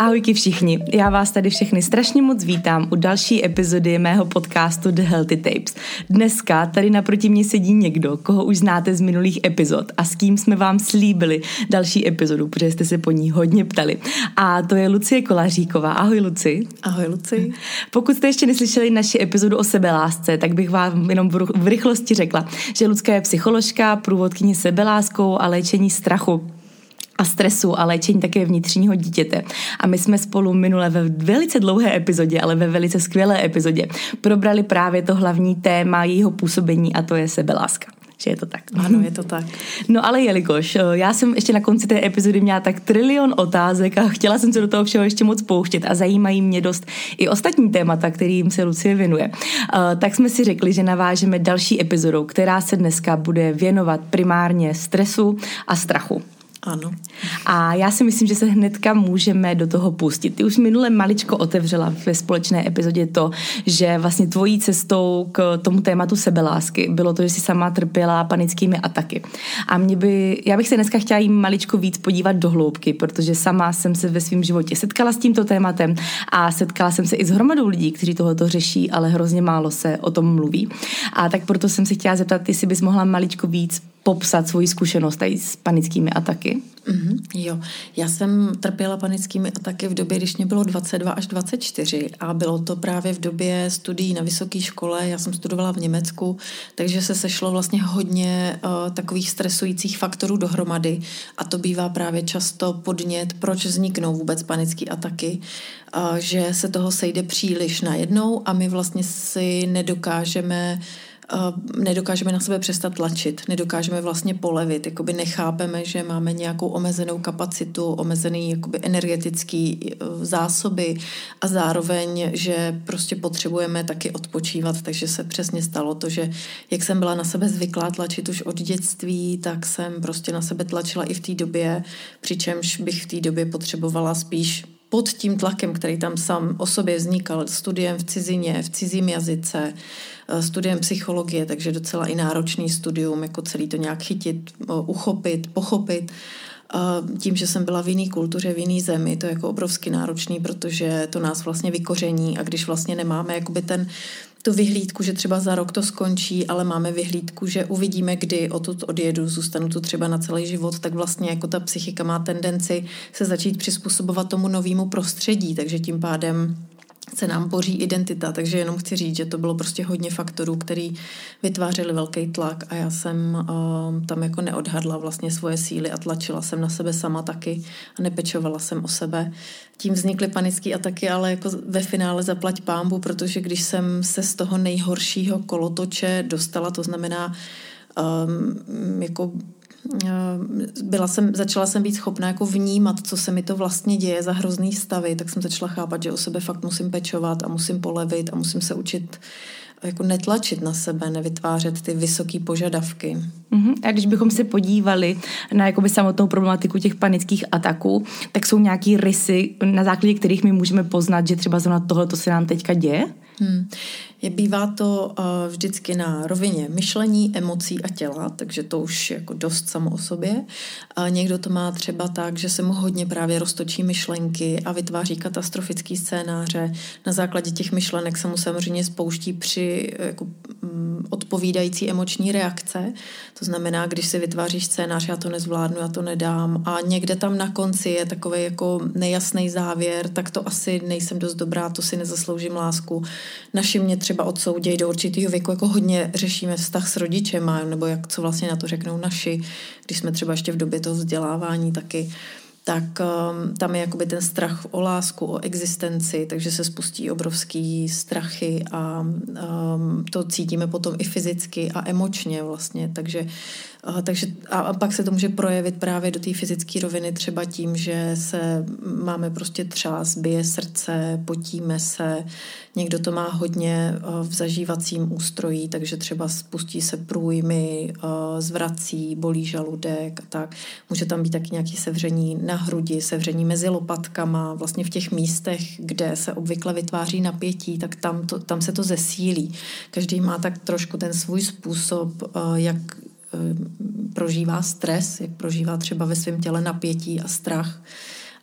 Ahojky všichni, já vás tady všechny strašně moc vítám u další epizody mého podcastu The Healthy Tapes. Dneska tady naproti mě sedí někdo, koho už znáte z minulých epizod a s kým jsme vám slíbili další epizodu, protože jste se po ní hodně ptali. A to je Lucie Kolaříková. Ahoj Luci. Ahoj Luci. Pokud jste ještě neslyšeli naši epizodu o sebelásce, tak bych vám jenom v rychlosti řekla, že Lucka je psycholožka, průvodkyně sebeláskou a léčení strachu a stresu a léčení také vnitřního dítěte. A my jsme spolu minule ve velice dlouhé epizodě, ale ve velice skvělé epizodě probrali právě to hlavní téma jejího působení a to je sebeláska. Že je to tak. Ano, je to tak. No ale jelikož já jsem ještě na konci té epizody měla tak trilion otázek a chtěla jsem se do toho všeho ještě moc pouštět a zajímají mě dost i ostatní témata, kterým se Lucie věnuje, tak jsme si řekli, že navážeme další epizodou, která se dneska bude věnovat primárně stresu a strachu. Ano. A já si myslím, že se hnedka můžeme do toho pustit. Ty už minule maličko otevřela ve společné epizodě to, že vlastně tvojí cestou k tomu tématu sebelásky bylo to, že jsi sama trpěla panickými ataky. A já bych se dneska chtěla jim maličko víc podívat do hloubky, protože sama jsem se ve svém životě setkala s tímto tématem a setkala jsem se i s hromadou lidí, kteří tohoto řeší, ale hrozně málo se o tom mluví. A tak proto jsem se chtěla zeptat, jestli bys mohla maličko víc popsat svoji zkušenost tady s panickými ataky. Jo, já jsem trpěla panickými ataky v době, když mě bylo 22 až 24 a bylo to právě v době studií na vysoké škole, já jsem studovala v Německu, takže se sešlo vlastně hodně takových stresujících faktorů dohromady a to bývá právě často podnět, proč vzniknou vůbec panické ataky, že se toho sejde příliš najednou a my vlastně si nedokážeme na sebe přestat tlačit, nedokážeme vlastně polevit, jakoby nechápeme, že máme nějakou omezenou kapacitu, omezený jakoby energetický zásoby a zároveň, že prostě potřebujeme taky odpočívat, takže se přesně stalo to, že jak jsem byla na sebe zvyklá tlačit už od dětství, tak jsem prostě na sebe tlačila i v té době, přičemž bych v té době potřebovala spíš pod tím tlakem, který tam sám o sobě vznikal, studiem v cizině, v cizím jazyce, studiem psychologie, takže docela i náročný studium, jako celý to nějak chytit, uchopit, pochopit. Tím, že jsem byla v jiný kultuře, v jiný zemi, to je jako obrovsky náročný, protože to nás vlastně vykoření a když vlastně nemáme jakoby tu vyhlídku, že třeba za rok to skončí, ale máme vyhlídku, že uvidíme, kdy odtud odjedu, zůstanu tu třeba na celý život, tak vlastně jako ta psychika má tendenci se začít přizpůsobovat tomu novému prostředí, takže tím pádem se nám boří identita, takže jenom chci říct, že to bylo prostě hodně faktorů, který vytvářeli velký tlak a já jsem tam jako neodhadla vlastně svoje síly a tlačila jsem na sebe sama taky a nepečovala jsem o sebe. Tím vznikly panické ataky, ale jako ve finále zaplať pánbu, protože když jsem se z toho nejhoršího kolotoče dostala, to znamená začala jsem být schopná jako vnímat, co se mi to vlastně děje za hrozný stavy, tak jsem začala chápat, že o sebe fakt musím pečovat a musím polevit a musím se učit jako netlačit na sebe, nevytvářet ty vysoké požadavky. A když bychom se podívali na jakoby samotnou problematiku těch panických ataků, tak jsou nějaký rysy, na základě kterých my můžeme poznat, že třeba zrovna tohleto se nám teďka děje? Bývá to vždycky na rovině myšlení, emocí a těla, takže to už jako dost samo o sobě. Někdo to má třeba tak, že se mu hodně právě roztočí myšlenky a vytváří katastrofický scénáře. Na základě těch myšlenek se mu samozřejmě spouští odpovídající emoční reakce. To znamená, když si vytváříš scénář, já to nezvládnu, já to nedám a někde tam na konci je takový jako nejasný závěr, tak to asi nejsem dost dobrá, to si nezasloužím lásku. Naši mě třeba odsoudějí do určitého věku, jako hodně řešíme vztah s rodičema, nebo co vlastně na to řeknou naši, když jsme třeba ještě v době toho vzdělávání taky, tak tam je jakoby ten strach o lásku, o existenci, takže se spustí obrovský strachy a to cítíme potom i fyzicky a emočně vlastně, takže a pak se to může projevit právě do té fyzické roviny třeba tím, že máme prostě třás, bije srdce, potíme se, někdo to má hodně v zažívacím ústrojí, takže třeba spustí se průjmy, zvrací, bolí žaludek a tak. Může tam být taky nějaké sevření na hrudi, sevření mezi lopatkama, vlastně v těch místech, kde se obvykle vytváří napětí, tak tam se to zesílí. Každý má tak trošku ten svůj způsob, jak prožívá stres, jak prožívá třeba ve svém těle napětí a strach.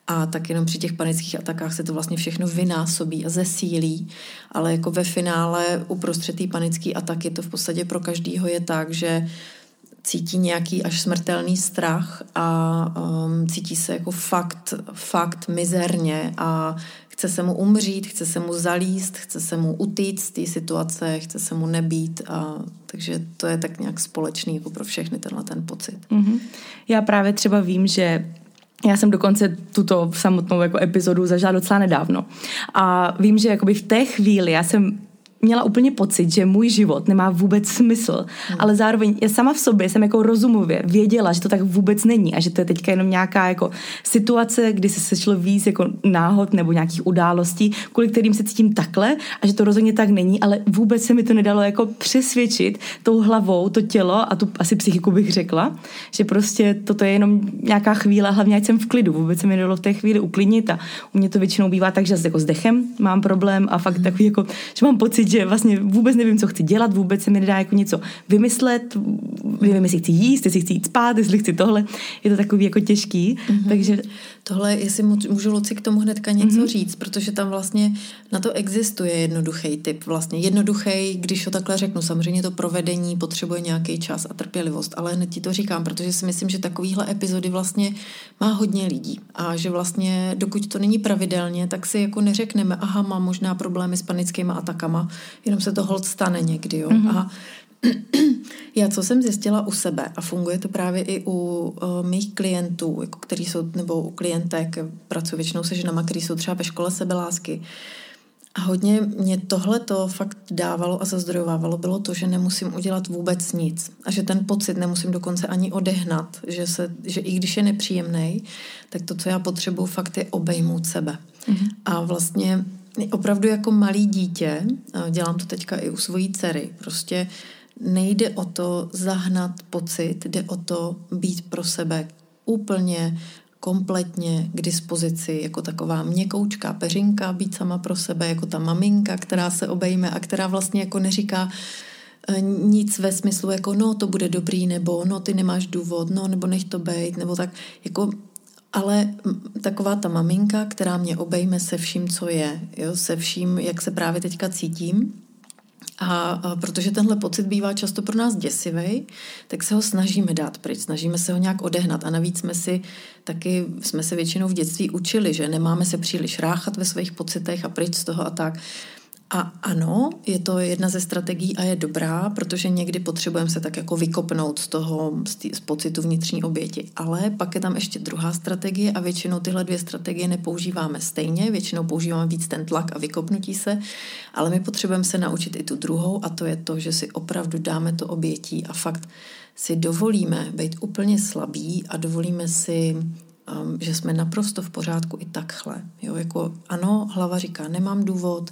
A tak jenom při těch panických atakách se to vlastně všechno vynásobí a zesílí, ale jako ve finále uprostřed té panické ataky to v podstatě pro každýho je tak, že cítí nějaký až smrtelný strach a cítí se jako fakt mizerně a chce se mu umřít, chce se mu zalíst, chce se mu utýct z té situace, chce se mu nebýt takže to je tak nějak společný jako pro všechny tenhle ten pocit. Mm-hmm. Já právě třeba vím, že já jsem dokonce tuto samotnou jako epizodu zažila docela nedávno. A vím, že jakoby v té chvíli já jsem měla úplně pocit, že můj život nemá vůbec smysl, ale zároveň já sama v sobě jsem jako rozumově věděla, že to tak vůbec není a že to je teďka jenom nějaká jako situace, kdy se sešlo víc jako náhod nebo nějakých událostí, kvůli kterým se cítím takhle a že to rozhodně tak není, ale vůbec se mi to nedalo jako přesvědčit tou hlavou, to tělo a tu asi psychiku bych řekla, že prostě toto je jenom nějaká chvíle, hlavně ať jsem v klidu, vůbec se mi nedalo v té chvíli uklidnit a u mě to většinou bývá tak, že jako s dechem mám problém a fakt takový jako, že mám pocit, že vlastně vůbec nevím, co chci dělat, vůbec se mi nedá jako něco vymyslet, nevím, jestli chci jíst, jestli chci jít spát, jestli chci tohle, je to takový jako těžký, takže... Tohle, jestli můžu Luci k tomu hnedka něco říct, protože tam vlastně na to existuje jednoduchý tip, vlastně jednoduchý, když ho takhle řeknu, samozřejmě to provedení potřebuje nějaký čas a trpělivost, ale hned ti to říkám, protože si myslím, že takovýhle epizody vlastně má hodně lidí a že vlastně dokud to není pravidelně, tak si jako neřekneme, aha, mám možná problémy s panickými atakama, jenom se to holt stane někdy, jo. A já, co jsem zjistila u sebe, a funguje to právě i u mých klientů, jako který jsou, nebo u klientek, pracuji většinou se ženama, který jsou třeba ve škole sebelásky. A hodně mě tohleto fakt dávalo a zazdrojovávalo, bylo to, že nemusím udělat vůbec nic. A že ten pocit nemusím dokonce ani odehnat, že i když je nepříjemnej, tak to, co já potřebuji, fakt je obejmout sebe. A vlastně opravdu jako malý dítě, dělám to teďka i u svojí dcery, prostě nejde o to zahnat pocit, jde o to být pro sebe úplně kompletně k dispozici, jako taková měkoučká peřinka, být sama pro sebe, jako ta maminka, která se obejme a která vlastně jako neříká nic ve smyslu jako no, to bude dobrý, nebo no, ty nemáš důvod, no, nebo nech to bejt, nebo tak, jako ale taková ta maminka, která mě obejme se vším, co je, jo, se vším, jak se právě teďka cítím. A protože tenhle pocit bývá často pro nás děsivý, tak se ho snažíme dát pryč, snažíme se ho nějak odehnat a navíc jsme se většinou v dětství učili, že nemáme se příliš ráchat ve svých pocitech a pryč z toho a tak. A ano, je to jedna ze strategií a je dobrá, protože někdy potřebujeme se tak jako vykopnout z pocitu vnitřní oběti. Ale pak je tam ještě druhá strategie a většinou tyhle dvě strategie nepoužíváme stejně, většinou používáme víc ten tlak a vykopnutí se, ale my potřebujeme se naučit i tu druhou a to je to, že si opravdu dáme to obětí a fakt si dovolíme být úplně slabí a dovolíme si že jsme naprosto v pořádku i takhle. Jo, jako ano, hlava říká, nemám důvod,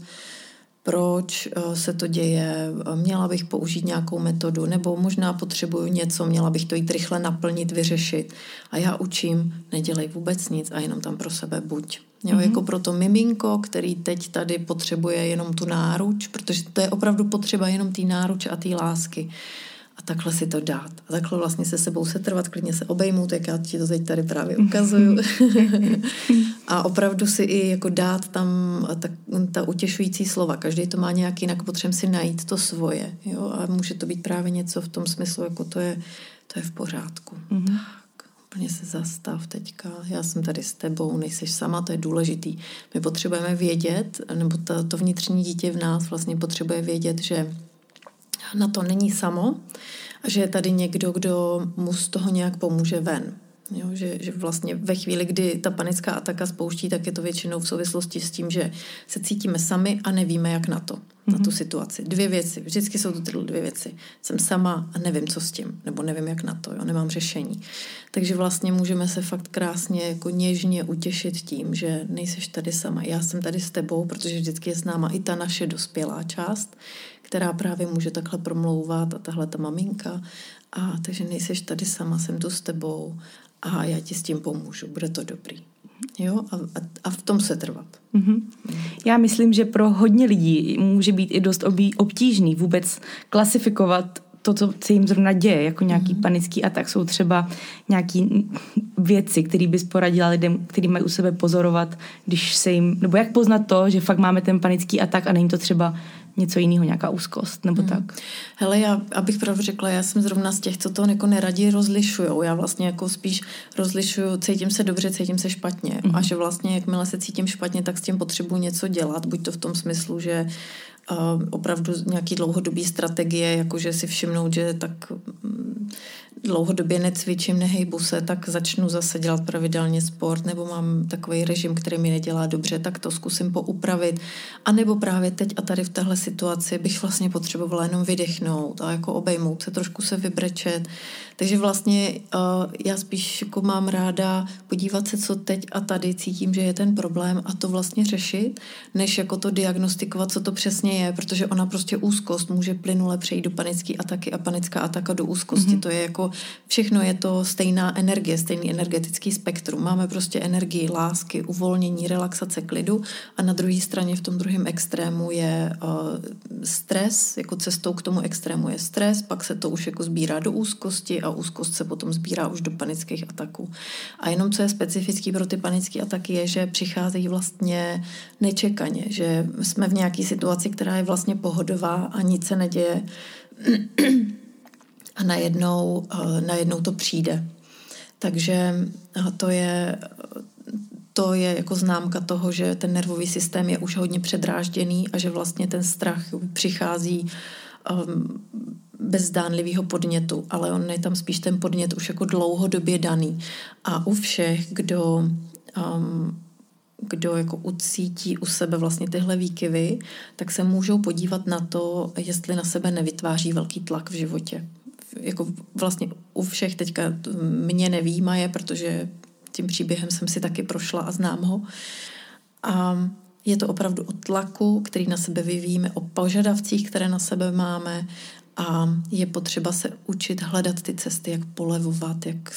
proč se to děje, měla bych použít nějakou metodu, nebo možná potřebuju něco, měla bych to jít rychle naplnit, vyřešit. A já učím, nedělej vůbec nic a jenom tam pro sebe buď. Jo, jako pro to miminko, který teď tady potřebuje jenom tu náruč, protože to je opravdu potřeba jenom té náruče a té lásky. A takhle si to dát. A takhle vlastně se sebou setrvat, klidně se obejmout, jak já ti to teď tady právě ukazuju. A opravdu si i jako dát tam ta utěšující slova. Každý to má nějak jinak, potřebujeme si najít to svoje. Jo? A může to být právě něco v tom smyslu, jako to je v pořádku. Tak, úplně se zastav teďka. Já jsem tady s tebou, nejseš sama, to je důležitý. My potřebujeme vědět, nebo to vnitřní dítě v nás vlastně potřebuje vědět, že na to není samo a že je tady někdo, kdo mu z toho nějak pomůže ven. Jo, že vlastně ve chvíli, kdy ta panická ataka spouští, tak je to většinou v souvislosti s tím, že se cítíme sami a nevíme, jak na to, na tu situaci. Dvě věci, vždycky jsou to tyhle dvě věci. Jsem sama a nevím, co s tím, nebo nevím, jak na to, jo, nemám řešení. Takže vlastně můžeme se fakt krásně jako něžně utěšit tím, že nejseš tady sama, já jsem tady s tebou, protože vždycky je s náma i ta naše dospělá část, která právě může takhle promlouvat a tahle ta maminka. A takže nejseš tady sama, jsem tu s tebou a já ti s tím pomůžu, bude to dobrý. Jo? A v tom se trvat. Já myslím, že pro hodně lidí může být i dost obtížný vůbec klasifikovat to, co se jim zrovna děje, jako nějaký panický atak, jsou třeba nějaký věci, které bys poradila lidem, kteří mají u sebe pozorovat, když se jim, nebo jak poznat to, že fakt máme ten panický atak a není to třeba něco jiného, nějaká úzkost, nebo tak. Hele, já, abych pravdu řekla, já jsem zrovna z těch, co to jako neradi rozlišujou. Já vlastně jako spíš rozlišuju, cítím se dobře, cítím se špatně. A že vlastně, jakmile se cítím špatně, tak s tím potřebuji něco dělat. Buď to v tom smyslu, že opravdu nějaký dlouhodobý strategie, jakože si všimnout, že tak dlouhodobě necvičím, nehejbu se, tak začnu zase dělat pravidelně sport, nebo mám takový režim, který mi nedělá dobře, tak to zkusím poupravit. A nebo právě teď a tady v téhle situaci bych vlastně potřebovala jenom vydechnout a jako obejmout se, trošku se vybrečet. Takže vlastně já spíš jako mám ráda podívat se, co teď a tady cítím, že je ten problém a to vlastně řešit, než jako to diagnostikovat, co to přesně je, protože ona prostě úzkost může plynule přejít do panické ataky a panická ataka do úzkosti. To je jako všechno je to stejná energie, stejný energetický spektrum. Máme prostě energii lásky, uvolnění, relaxace, klidu a na druhé straně v tom druhém extrému je stres, jako cestou k tomu extrému je stres, pak se to už jako sbírá do úzkosti a úzkost se potom sbírá už do panických ataků. A jenom co je specifický pro ty panické ataky je, že přicházejí vlastně nečekaně, že jsme v nějaké situaci, která je vlastně pohodová a nic se neděje a najednou to přijde. Takže to je jako známka toho, že ten nervový systém je už hodně předrážděný a že vlastně ten strach přichází bez zdánlivého podnětu, ale on je tam spíš ten podnět už jako dlouhodobě daný. A u všech, kdo jako ucítí u sebe vlastně tyhle výkyvy, tak se můžou podívat na to, jestli na sebe nevytváří velký tlak v životě. Jako vlastně u všech teďka mě nevyjímaje, protože tím příběhem jsem si taky prošla a znám ho. A je to opravdu o tlaku, který na sebe vyvíjíme, o požadavcích, které na sebe máme a je potřeba se učit hledat ty cesty, jak polevovat, jak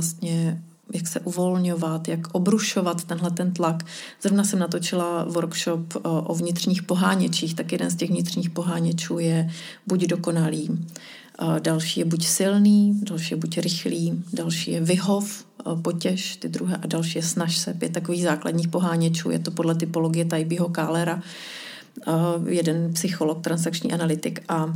se uvolňovat, jak obrušovat tenhle ten tlak. Zrovna jsem natočila workshop o vnitřních poháněčích, tak jeden z těch vnitřních poháněčů je buď dokonalý, další je buď silný, další je buď rychlý, další je vyhov, potěš, ty druhé a další je snaž se. 5 takových základních poháněčů, je to podle typologie Taibiho Kálera, jeden psycholog, transakční analytik a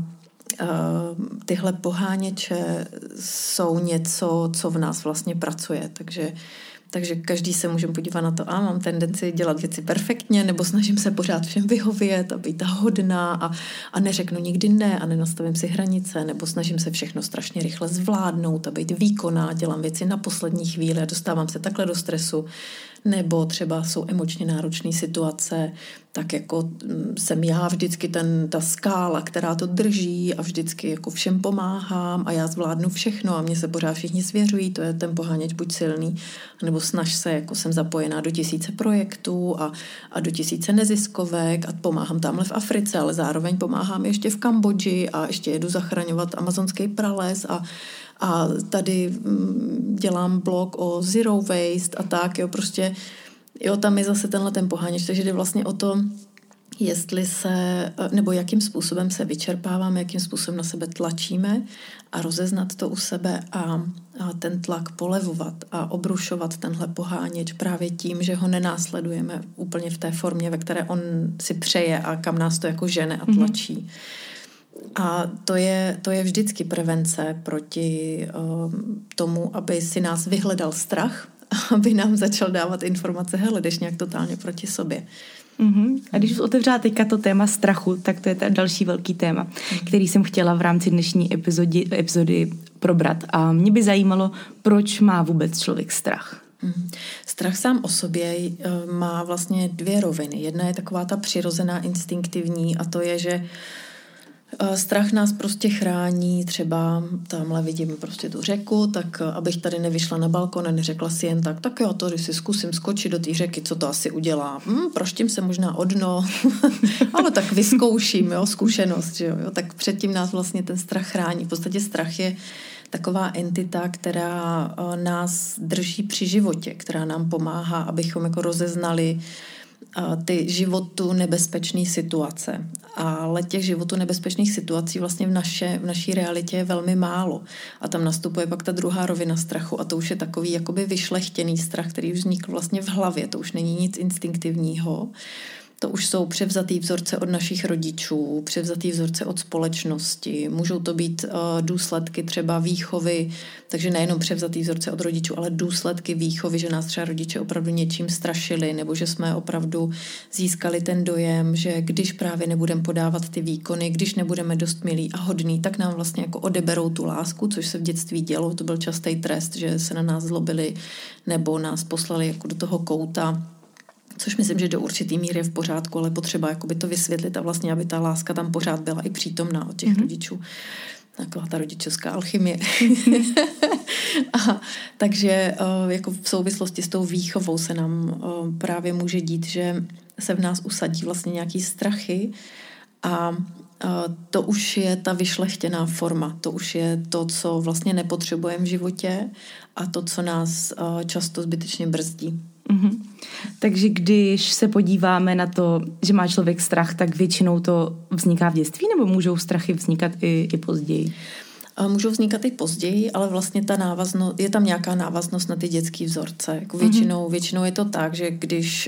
tyhle poháněče jsou něco, co v nás vlastně pracuje, takže každý se může podívat na to, mám tendenci dělat věci perfektně, nebo snažím se pořád všem vyhovět a být hodná a neřeknu nikdy ne a nenastavím si hranice, nebo snažím se všechno strašně rychle zvládnout a být výkonná, dělám věci na poslední chvíli a dostávám se takhle do stresu, nebo třeba jsou emočně náročné situace, tak jako jsem já vždycky ta skála, která to drží a vždycky jako všem pomáhám a já zvládnu všechno a mě se pořád všichni svěřují, to je ten poháněč buď silný, nebo snaž se, jako jsem zapojená do 1000 projektů a do 1000 neziskovek a pomáhám tamhle v Africe, ale zároveň pomáhám ještě v Kambodži a ještě jedu zachraňovat amazonský prales a tady dělám blog o zero waste a tak, prostě tam je zase tenhle ten poháněč, takže jde vlastně o to, jestli nebo jakým způsobem se vyčerpáváme, jakým způsobem na sebe tlačíme a rozeznat to u sebe a ten tlak polevovat a obrušovat tenhle poháněč právě tím, že ho nenásledujeme úplně v té formě, ve které on si přeje a kam nás to jako žene a tlačí. A to je vždycky prevence proti tomu, aby si nás vyhledal strach, aby nám začal dávat informace, hele, jdeš nějak totálně proti sobě. A když už otevřela teďka to téma strachu, tak to je další velký téma, který jsem chtěla v rámci dnešní epizody probrat. A mě by zajímalo, proč má vůbec člověk strach? Strach sám o sobě má vlastně 2 roviny. Jedna je taková ta přirozená, instinktivní a to je, že strach nás prostě chrání, třeba tamhle vidím prostě tu řeku, tak abych tady nevyšla na balkon a neřekla si jen tak jo, to si zkusím skočit do té řeky, co to asi udělá. Proštím se možná o dno, ale tak vyzkouším, zkušenost, že jo, tak předtím nás vlastně ten strach chrání. V podstatě strach je taková entita, která nás drží při životě, která nám pomáhá, abychom jako rozeznali ty životu nebezpečné situace. Ale těch životu nebezpečných situací vlastně v naší realitě je velmi málo. A tam nastupuje pak ta druhá rovina strachu a to už je takový jakoby vyšlechtěný strach, který už vznikl vlastně v hlavě. To už není nic instinktivního. To už jsou převzatý vzorce od našich rodičů, převzatý vzorce od společnosti. Můžou to být důsledky třeba výchovy, takže nejenom převzatý vzorce od rodičů, ale důsledky výchovy, že nás třeba rodiče opravdu něčím strašili, nebo že jsme opravdu získali ten dojem, že když právě nebudeme podávat ty výkony, když nebudeme dost milí a hodný, tak nám vlastně jako odeberou tu lásku, což se v dětství dělo. To byl častý trest, že se na nás zlobili nebo nás poslali jako do toho kouta. Což myslím, že do určitý míry je v pořádku, ale potřeba jakoby to vysvětlit a vlastně, aby ta láska tam pořád byla i přítomná od těch rodičů. Taková ta rodičovská alchymie. Takže jako v souvislosti s tou výchovou se nám právě může dít, že se v nás usadí vlastně nějaký strachy a to už je ta vyšlechtěná forma. To už je to, co vlastně nepotřebujeme v životě a to, co nás často zbytečně brzdí. Mm-hmm. Takže když se podíváme na to, že má člověk strach, tak většinou to vzniká v dětství, nebo můžou strachy vznikat i později? Můžou vznikat i později, ale vlastně je tam nějaká návaznost na ty dětský vzorce. Jako většinou je to tak, že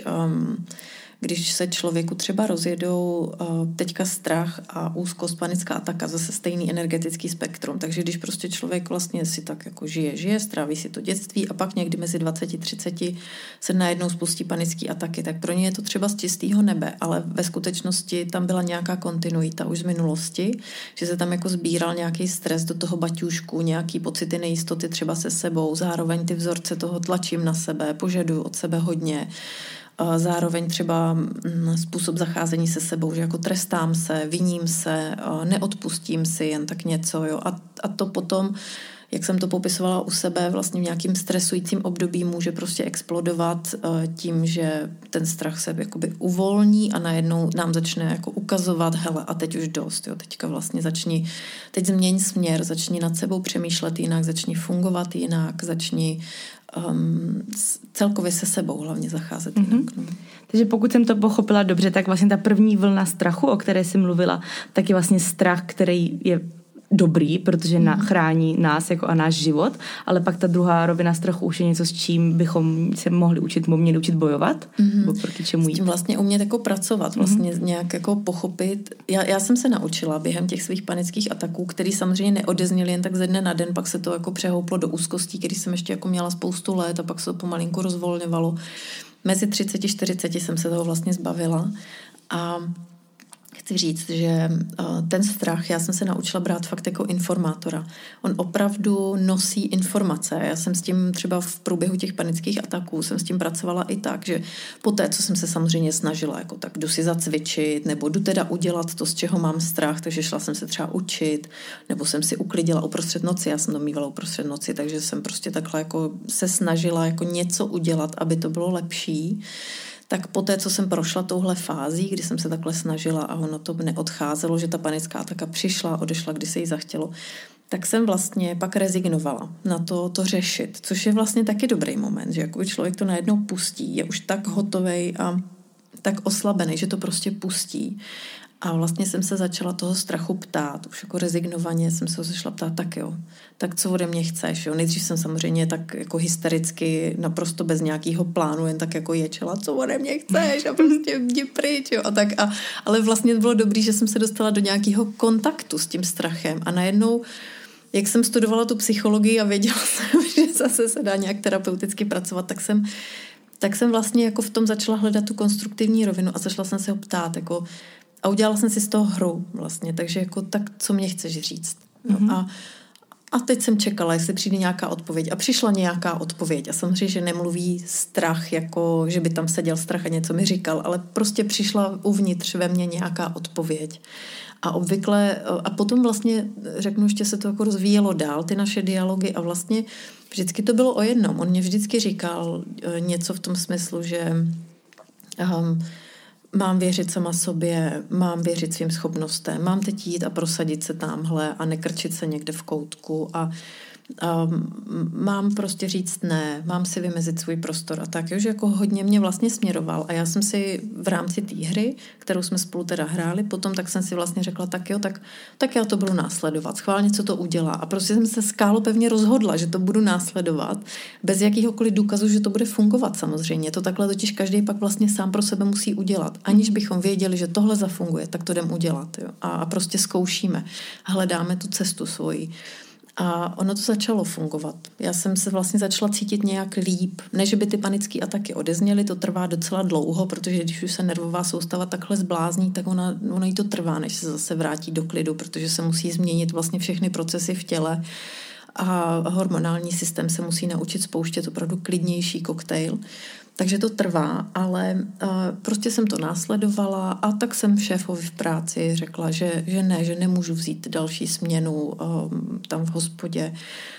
když se člověku třeba rozjedou teďka strach a úzkost, panická ataka, zase stejný energetický spektrum. Takže když prostě člověk vlastně si tak jako žije, stráví si to dětství a pak někdy mezi 20-30 se najednou spustí panické ataky, tak pro ně je to třeba z čistého nebe, ale ve skutečnosti tam byla nějaká kontinuita už z minulosti, že se tam jako sbíral nějaký stres do toho baťůžku, nějaký pocity nejistoty třeba se sebou, zároveň ty vzorce toho tlačím na sebe, požaduju od sebe hodně. Zároveň třeba způsob zacházení se sebou, že jako trestám se, viním se, neodpustím si jen tak něco. Jo? A to potom, jak jsem to popisovala u sebe, vlastně v nějakým stresujícím období může prostě explodovat tím, že ten strach se jakoby uvolní a najednou nám začne jako ukazovat, hele, a teď už dost, jo? Teďka vlastně teď změň směr, začni nad sebou přemýšlet jinak, začni fungovat jinak, začni celkově se sebou hlavně zacházet jinak. No. Takže pokud jsem to pochopila dobře, tak vlastně ta první vlna strachu, o které jsi mluvila, tak je vlastně strach, který je dobrý, protože chrání nás jako a náš život, ale pak ta druhá rovina strachu už je něco, s čím bychom se měli učit bojovat, nebo proti čemu jít. S tím vlastně umět jako pracovat, vlastně nějak jako pochopit. Já jsem se naučila během těch svých panických ataků, který samozřejmě neodezněly jen tak ze dne na den, pak se to jako přehouplo do úzkostí, který jsem ještě jako měla spoustu let a pak se to pomalinku rozvolňovalo. Mezi 30-40 jsem se toho vlastně zbavila a chci říct, že ten strach, já jsem se naučila brát fakt jako informátora. On opravdu nosí informace. Já jsem s tím třeba v průběhu těch panických ataků jsem s tím pracovala i tak, že poté, co jsem se samozřejmě snažila, jako tak jdu si zacvičit, nebo jdu teda udělat to, z čeho mám strach, takže šla jsem se třeba učit, nebo jsem si uklidila uprostřed noci, já jsem domývala uprostřed noci, takže jsem prostě takhle jako se snažila jako něco udělat, aby to bylo lepší. Tak poté, co jsem prošla touhle fází, kdy jsem se takhle snažila a ono to neodcházelo, že ta panická ataka přišla, odešla, kdy se jí zachtělo, tak jsem vlastně pak rezignovala na to řešit, což je vlastně taky dobrý moment, že jako člověk to najednou pustí, je už tak hotovej a tak oslabený, že to prostě pustí. A vlastně jsem se začala toho strachu ptát, už jako rezignovaně jsem se ho začala ptát, tak jo, tak co ode mě chceš, jo. Nejdřív jsem samozřejmě tak jako hystericky, naprosto bez nějakého plánu, jen tak jako ječela, co ode mě chceš a prostě jdi pryč, jo. Ale vlastně bylo dobrý, že jsem se dostala do nějakého kontaktu s tím strachem a najednou, jak jsem studovala tu psychologii a věděla jsem, že zase se dá nějak terapeuticky pracovat, tak jsem vlastně jako v tom začala hledat tu konstruktivní rovinu a začala jsem se ho ptát, jako a udělala jsem si z toho hru vlastně, takže jako tak, co mě chceš říct. No, a teď jsem čekala, jestli přijde nějaká odpověď. A přišla nějaká odpověď. A samozřejmě, že nemluví strach, jako že by tam seděl strach a něco mi říkal, ale prostě přišla uvnitř ve mně nějaká odpověď. A obvykle, a potom vlastně, řeknu, ještě se to jako rozvíjelo dál, ty naše dialogy a vlastně vždycky to bylo o jednom. On mě vždycky říkal něco v tom smyslu, že mám věřit sama sobě, mám věřit svým schopnostem, mám teď jít a prosadit se támhle a nekrčit se někde v koutku. A mám prostě říct ne, mám si vymezit svůj prostor a tak, že jako hodně mě vlastně směroval a já jsem si v rámci té hry, kterou jsme spolu teda hráli, potom tak jsem si vlastně řekla, tak já to budu následovat, schválně, co to udělá a prostě jsem se skálopevně rozhodla, že to budu následovat, bez jakýhokoliv důkazu, že to bude fungovat samozřejmě, to takhle totiž každý pak vlastně sám pro sebe musí udělat, aniž bychom věděli, že tohle zafunguje, tak to jdem udělat, jo? A prostě zkoušíme, hledáme tu cestu svoji. A ono to začalo fungovat. Já jsem se vlastně začala cítit nějak líp. Ne, že by ty panické ataky odezněly, to trvá docela dlouho, protože když už se nervová soustava takhle zblázní, tak ono jí to trvá, než se zase vrátí do klidu, protože se musí změnit vlastně všechny procesy v těle a hormonální systém se musí naučit spouštět opravdu klidnější koktejl. Takže to trvá, ale prostě jsem to následovala a tak jsem šéfovi v práci řekla, že nemůžu vzít další směnu tam v hospodě.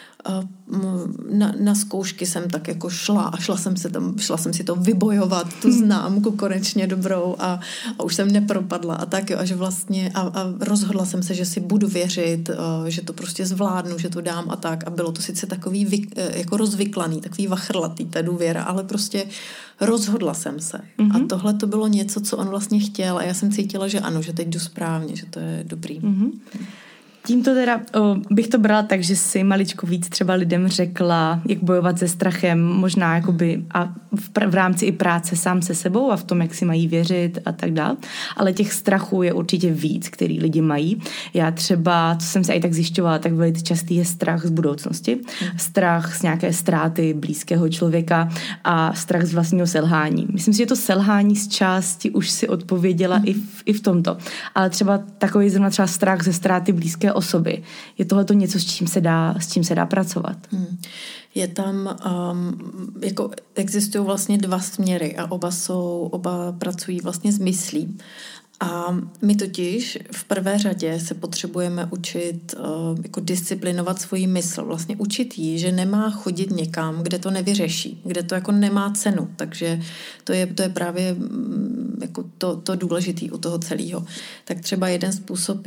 Na zkoušky jsem tak jako šla a šla jsem si to vybojovat, tu známku konečně dobrou a už jsem nepropadla a tak jo, a že vlastně a rozhodla jsem se, že si budu věřit, že to prostě zvládnu, že to dám a tak a bylo to sice takový jako rozvyklaný, takový vachrlatý ta důvěra, ale prostě rozhodla jsem se. A tohle to bylo něco, co on vlastně chtěl a já jsem cítila, že ano, že teď jdu správně, že to je dobrý. Tímto teda bych to brala tak, že si maličko víc třeba lidem řekla, jak bojovat se strachem, možná jakoby a v rámci i práce sám se sebou a v tom, jak si mají věřit a tak dál. Ale těch strachů je určitě víc, který lidi mají. Já třeba, co jsem si i tak zjišťovala, tak velice častý je strach z budoucnosti. Strach z nějaké ztráty blízkého člověka a strach z vlastního selhání. Myslím si, že to selhání z části už si odpověděla i v tomto. Ale třeba takový zrovna třeba strach ze ztráty blízké osoby. Je tohleto něco, s čím se dá pracovat? Je tam, jako existují vlastně dva směry a oba pracují vlastně s myslí. A my totiž v prvé řadě se potřebujeme učit jako disciplinovat svoji mysl, vlastně učit jí, že nemá chodit někam, kde to nevyřeší, kde to jako nemá cenu, takže to je právě jako to důležité u toho celého. Tak třeba jeden způsob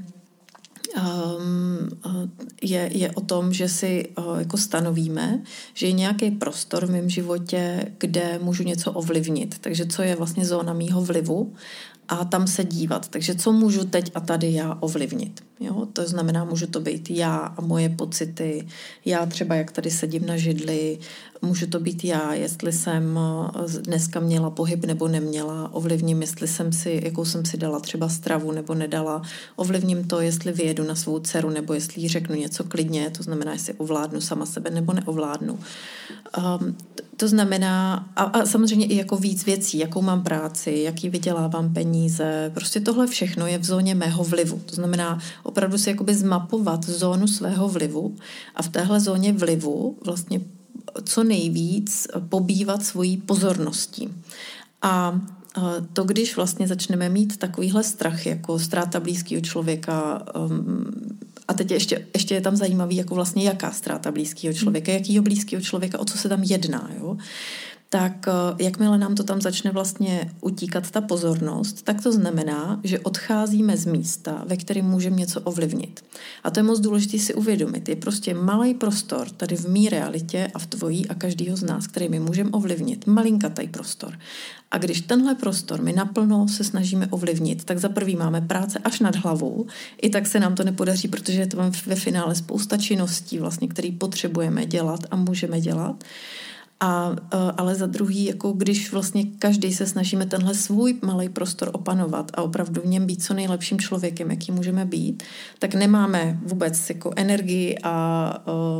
je o tom, že si jako stanovíme, že je nějaký prostor v mém životě, kde můžu něco ovlivnit. Takže co je vlastně zóna mýho vlivu a tam se dívat. Takže co můžu teď a tady já ovlivnit. Jo? To znamená, můžu to být já a moje pocity, já třeba jak tady sedím na židli, můžu to být já, jestli jsem dneska měla pohyb nebo neměla, ovlivním, jestli jakou jsem si dala třeba stravu nebo nedala, ovlivním to, jestli vyjedu na svou dceru nebo jestli jí řeknu něco klidně, to znamená, jestli ovládnu sama sebe nebo neovládnu. To znamená, a samozřejmě i jako víc věcí, jakou mám práci, jaký vydělávám peníze, prostě tohle všechno je v zóně mého vlivu. To znamená opravdu si jakoby zmapovat zónu svého vlivu a v téhle zóně vlivu vlastně co nejvíc pobývat svojí pozorností. A to, když vlastně začneme mít takovýhle strach, jako ztráta blízkého člověka, a teď ještě je tam zajímavý, jako vlastně jaká ztráta blízkého člověka, jakýho blízkého člověka, o co se tam jedná, jo? Tak jakmile nám to tam začne vlastně utíkat ta pozornost, tak to znamená, že odcházíme z místa, ve kterém můžeme něco ovlivnit. A to je moc důležité si uvědomit. Je prostě malý prostor tady v mý realitě a v tvojí a každýho z nás, který my můžeme ovlivnit. Malinkatý prostor. A když tenhle prostor my naplno se snažíme ovlivnit, tak za prvý máme práce až nad hlavou, i tak se nám to nepodaří, protože je to ve finále spousta činností, vlastně, které potřebujeme dělat a můžeme dělat. Ale za druhý, jako když vlastně každý se snažíme tenhle svůj malý prostor opanovat a opravdu v něm být co nejlepším člověkem, jaký můžeme být, tak nemáme vůbec jako energii a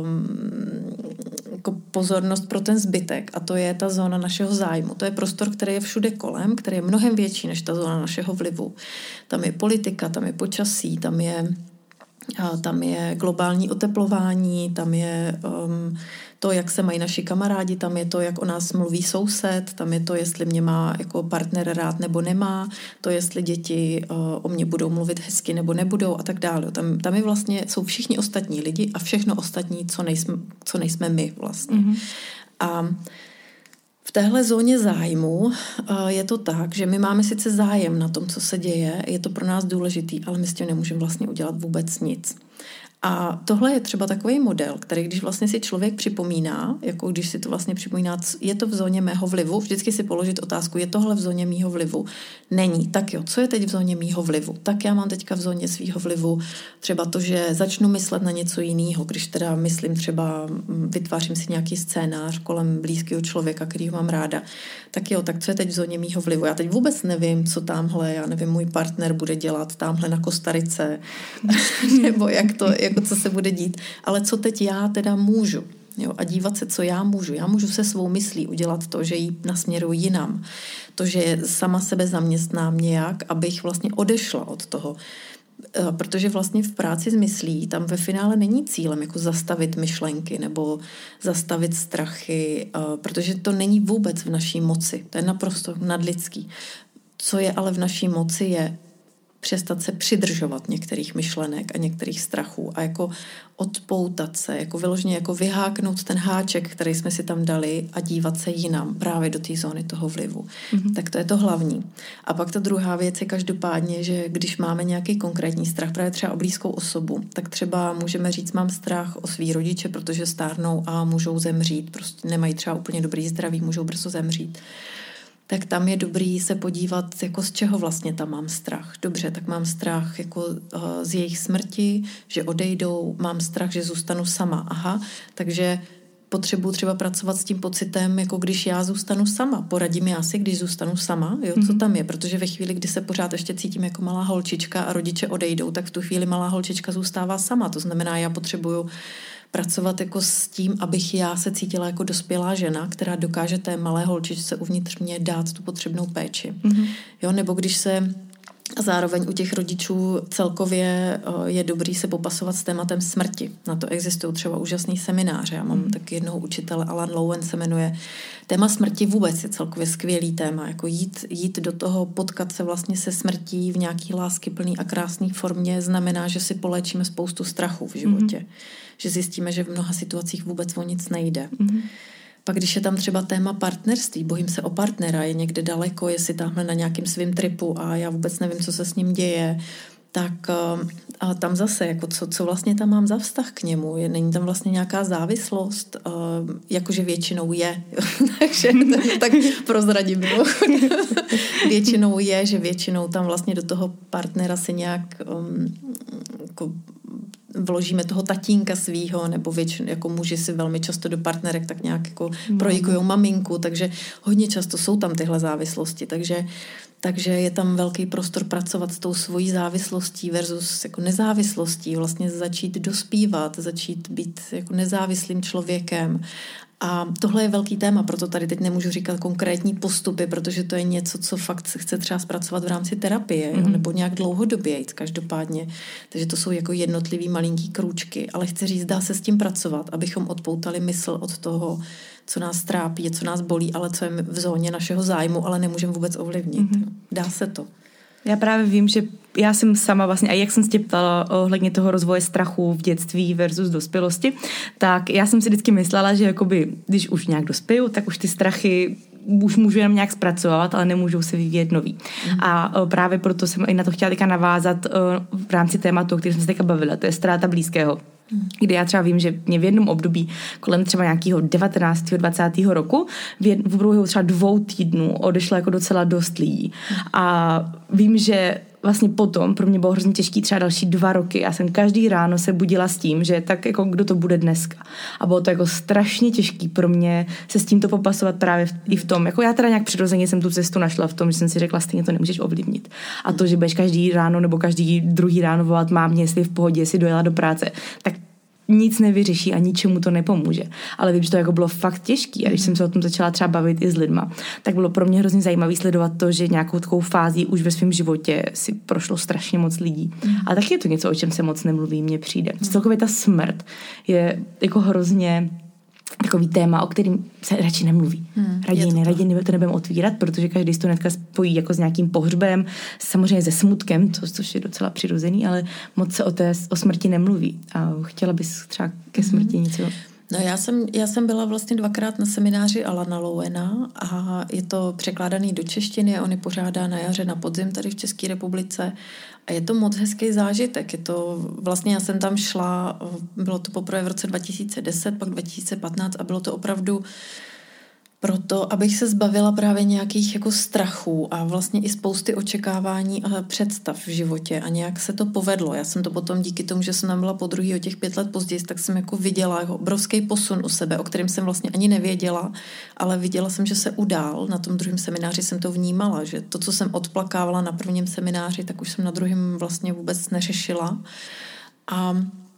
jako pozornost pro ten zbytek a to je ta zóna našeho zájmu. To je prostor, který je všude kolem, který je mnohem větší než ta zóna našeho vlivu. Tam je politika, tam je počasí, tam je globální oteplování, tam je to, jak se mají naši kamarádi, tam je to, jak o nás mluví soused, tam je to, jestli mě má jako partner rád nebo nemá, to, jestli děti o mě budou mluvit hezky nebo nebudou a tak dále. Tam je vlastně, jsou všichni ostatní lidi a všechno ostatní, co nejsme my vlastně. Mm-hmm. A v téhle zóně zájmu je to tak, že my máme sice zájem na tom, co se děje, je to pro nás důležitý, ale my s tím nemůžeme vlastně udělat vůbec nic. A tohle je třeba takový model, který když vlastně si člověk připomíná, jako když si to vlastně připomíná, je to v zóně mého vlivu, vždycky si položit otázku, je tohle v zóně mýho vlivu? Není. Tak jo, co je teď v zóně mýho vlivu? Tak já mám teďka v zóně svýho vlivu třeba to, že začnu myslet na něco jiného, když teda myslím třeba, vytvářím si nějaký scénář kolem blízkého člověka, kterýho mám ráda. Tak jo, tak co je teď v zóně mýho vlivu? Já teď vůbec nevím, co tamhle, já nevím, můj partner bude dělat tamhle na Kostarice, nebo jako co se bude dít. Ale co teď já teda můžu? Jo, a dívat se, co já můžu. Já můžu se svou myslí udělat to, že ji nasměruji jinam. To, že sama sebe zaměstnám nějak, abych vlastně odešla od toho. Protože vlastně v práci s myslí tam ve finále není cílem jako zastavit myšlenky nebo zastavit strachy, protože to není vůbec v naší moci. To je naprosto nadlidský. Co je ale v naší moci je přestat se přidržovat některých myšlenek a některých strachů a jako odpoutat se, jako vyloženě jako vyháknout ten háček, který jsme si tam dali a dívat se jinam právě do té zóny toho vlivu. Mm-hmm. Tak to je to hlavní. A pak ta druhá věc je každopádně, že když máme nějaký konkrétní strach, právě třeba o blízkou osobu, tak třeba můžeme říct, mám strach o svý rodiče, protože stárnou a můžou zemřít, prostě nemají třeba úplně dobrý zdraví, můžou brzo zemřít. Tak tam je dobrý se podívat, jako z čeho vlastně tam mám strach. Dobře, tak mám strach jako z jejich smrti, že odejdou, mám strach, že zůstanu sama. Aha, takže potřebuji třeba pracovat s tím pocitem, jako když já zůstanu sama. Poradím já si, když zůstanu sama, jo, co tam je, protože ve chvíli, kdy se pořád ještě cítím jako malá holčička a rodiče odejdou, tak v tu chvíli malá holčička zůstává sama. To znamená, já potřebuju pracovat jako s tím, abych já se cítila jako dospělá žena, která dokáže té malé holčičce uvnitř mě dát tu potřebnou péči. Mm-hmm. Jo, nebo když se zároveň u těch rodičů celkově je dobrý se popasovat s tématem smrti. Na to existují třeba úžasný semináře. Já mám taky jednoho učitele, Alan Lowen se jmenuje. Téma smrti vůbec je celkově skvělý téma. Jako jít do toho, potkat se vlastně se smrtí v nějaký láskyplný a krásný formě znamená, že si poléčíme spoustu strachu v životě. Že zjistíme, že v mnoha situacích vůbec o nic nejde. Pak když je tam třeba téma partnerství, bojím se o partnera, je někde daleko, je si tamhle na nějakém svým tripu a já vůbec nevím, co se s ním děje, tak a tam zase, jako co vlastně tam mám za vztah k němu, není tam vlastně nějaká závislost, jakože většinou je, takže tak prozradím. Většinou je, že většinou tam vlastně do toho partnera se nějak jako vložíme toho tatínka svýho, nebo většinou, jako muži si velmi často do partnerek tak nějak jako projikujou maminku, takže hodně často jsou tam tyhle závislosti, takže je tam velký prostor pracovat s tou svojí závislostí versus jako nezávislostí, vlastně začít dospívat, začít být jako nezávislým člověkem. A tohle je velký téma, proto tady teď nemůžu říkat konkrétní postupy, protože to je něco, co fakt chce třeba zpracovat v rámci terapie, nebo nějak dlouhodobě každopádně. Takže to jsou jako jednotlivý malinký krůčky, ale chci říct, dá se s tím pracovat, abychom odpoutali mysl od toho, co nás trápí, co nás bolí, ale co je v zóně našeho zájmu, ale nemůžeme vůbec ovlivnit. Dá se to. Já právě vím, že já jsem sama vlastně, a jak jsem se ptala ohledně toho rozvoje strachu v dětství versus dospělosti, tak já jsem si vždycky myslela, že jakoby, když už nějak dospěju, tak už ty strachy už můžu jenom nějak zpracovat, ale nemůžou se vyvíjet nový. A právě proto jsem i na to chtěla teďka navázat v rámci tématu, o kterém jsme se teďka bavili, to je ztráta blízkého. Kdy já třeba vím, že mě v jednom období kolem třeba nějakého 19. 20. roku v průběhu třeba 2 týdnů odešlo jako docela dost lidí. A vím, že vlastně potom pro mě bylo hrozně těžký třeba další 2 roky. Já jsem každý ráno se budila s tím, že tak jako kdo to bude dneska. A bylo to jako strašně těžký pro mě se s tímto popasovat právě i v tom. Jako já teda nějak přirozeně jsem tu cestu našla v tom, že jsem si řekla, stejně to nemůžeš ovlivnit. A to, že budeš každý ráno nebo každý druhý ráno volat mámě, jestli v pohodě, jestli dojela do práce, tak nic nevyřeší a ničemu to nepomůže. Ale vím, že to jako bylo fakt těžký a když jsem se o tom začala třeba bavit i s lidma, tak bylo pro mě hrozně zajímavý sledovat to, že nějakou takovou fází už ve svém životě si prošlo strašně moc lidí. A taky je to něco, o čem se moc nemluví, mně přijde. Celkově ta smrt je jako hrozně takový téma, o kterým se radši nemluví. Raději to nebudeme otvírat, protože každý to hnedka spojí jako s nějakým pohřbem, samozřejmě se smutkem, což je docela přirozený, ale moc se o smrti nemluví. A chtěla bys třeba ke smrti něco? No já jsem byla vlastně 2krát na semináři Alana Lowena a je to překládaný do češtiny a on je pořádá na jaře, na podzim tady v České republice a je to moc hezký zážitek. Je to, vlastně já jsem tam šla, bylo to poprvé v roce 2010, pak 2015 a bylo to opravdu proto, abych se zbavila právě nějakých jako strachů a vlastně i spousty očekávání a představ v životě a nějak se to povedlo. Já jsem to potom díky tomu, že jsem tam byla podruhý o těch 5 let později, tak jsem jako viděla jako obrovský posun u sebe, o kterém jsem vlastně ani nevěděla, ale viděla jsem, že se udál. Na tom druhém semináři jsem to vnímala, že to, co jsem odplakávala na prvním semináři, tak už jsem na druhém vlastně vůbec neřešila. A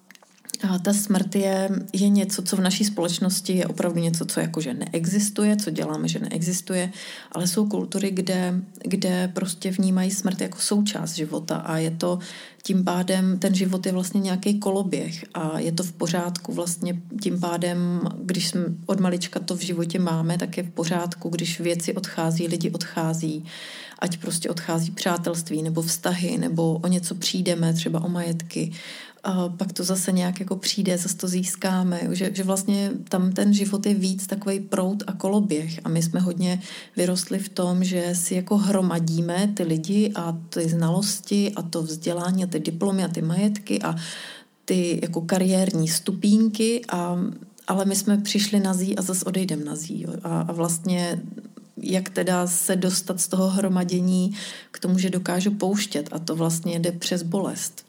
ta smrt je něco, co v naší společnosti je opravdu něco, co jakože neexistuje, co děláme, že neexistuje, ale jsou kultury, kde prostě vnímají smrt jako součást života a je to tím pádem, ten život je vlastně nějaký koloběh a je to v pořádku vlastně tím pádem, když jsme od malička to v životě máme, tak je v pořádku, když věci odchází, lidi odchází, ať prostě odchází přátelství nebo vztahy, nebo o něco přijdeme, třeba o majetky, a pak to zase nějak jako přijde, zase to získáme, že vlastně tam ten život je víc takovej proud a koloběh a my jsme hodně vyrostli v tom, že si jako hromadíme ty lidi a ty znalosti a to vzdělání a ty diplomy a ty majetky a ty jako kariérní stupínky, ale my jsme přišli nazí a zase odejdem nazí a vlastně jak teda se dostat z toho hromadění k tomu, že dokážu pouštět a to vlastně jde přes bolest.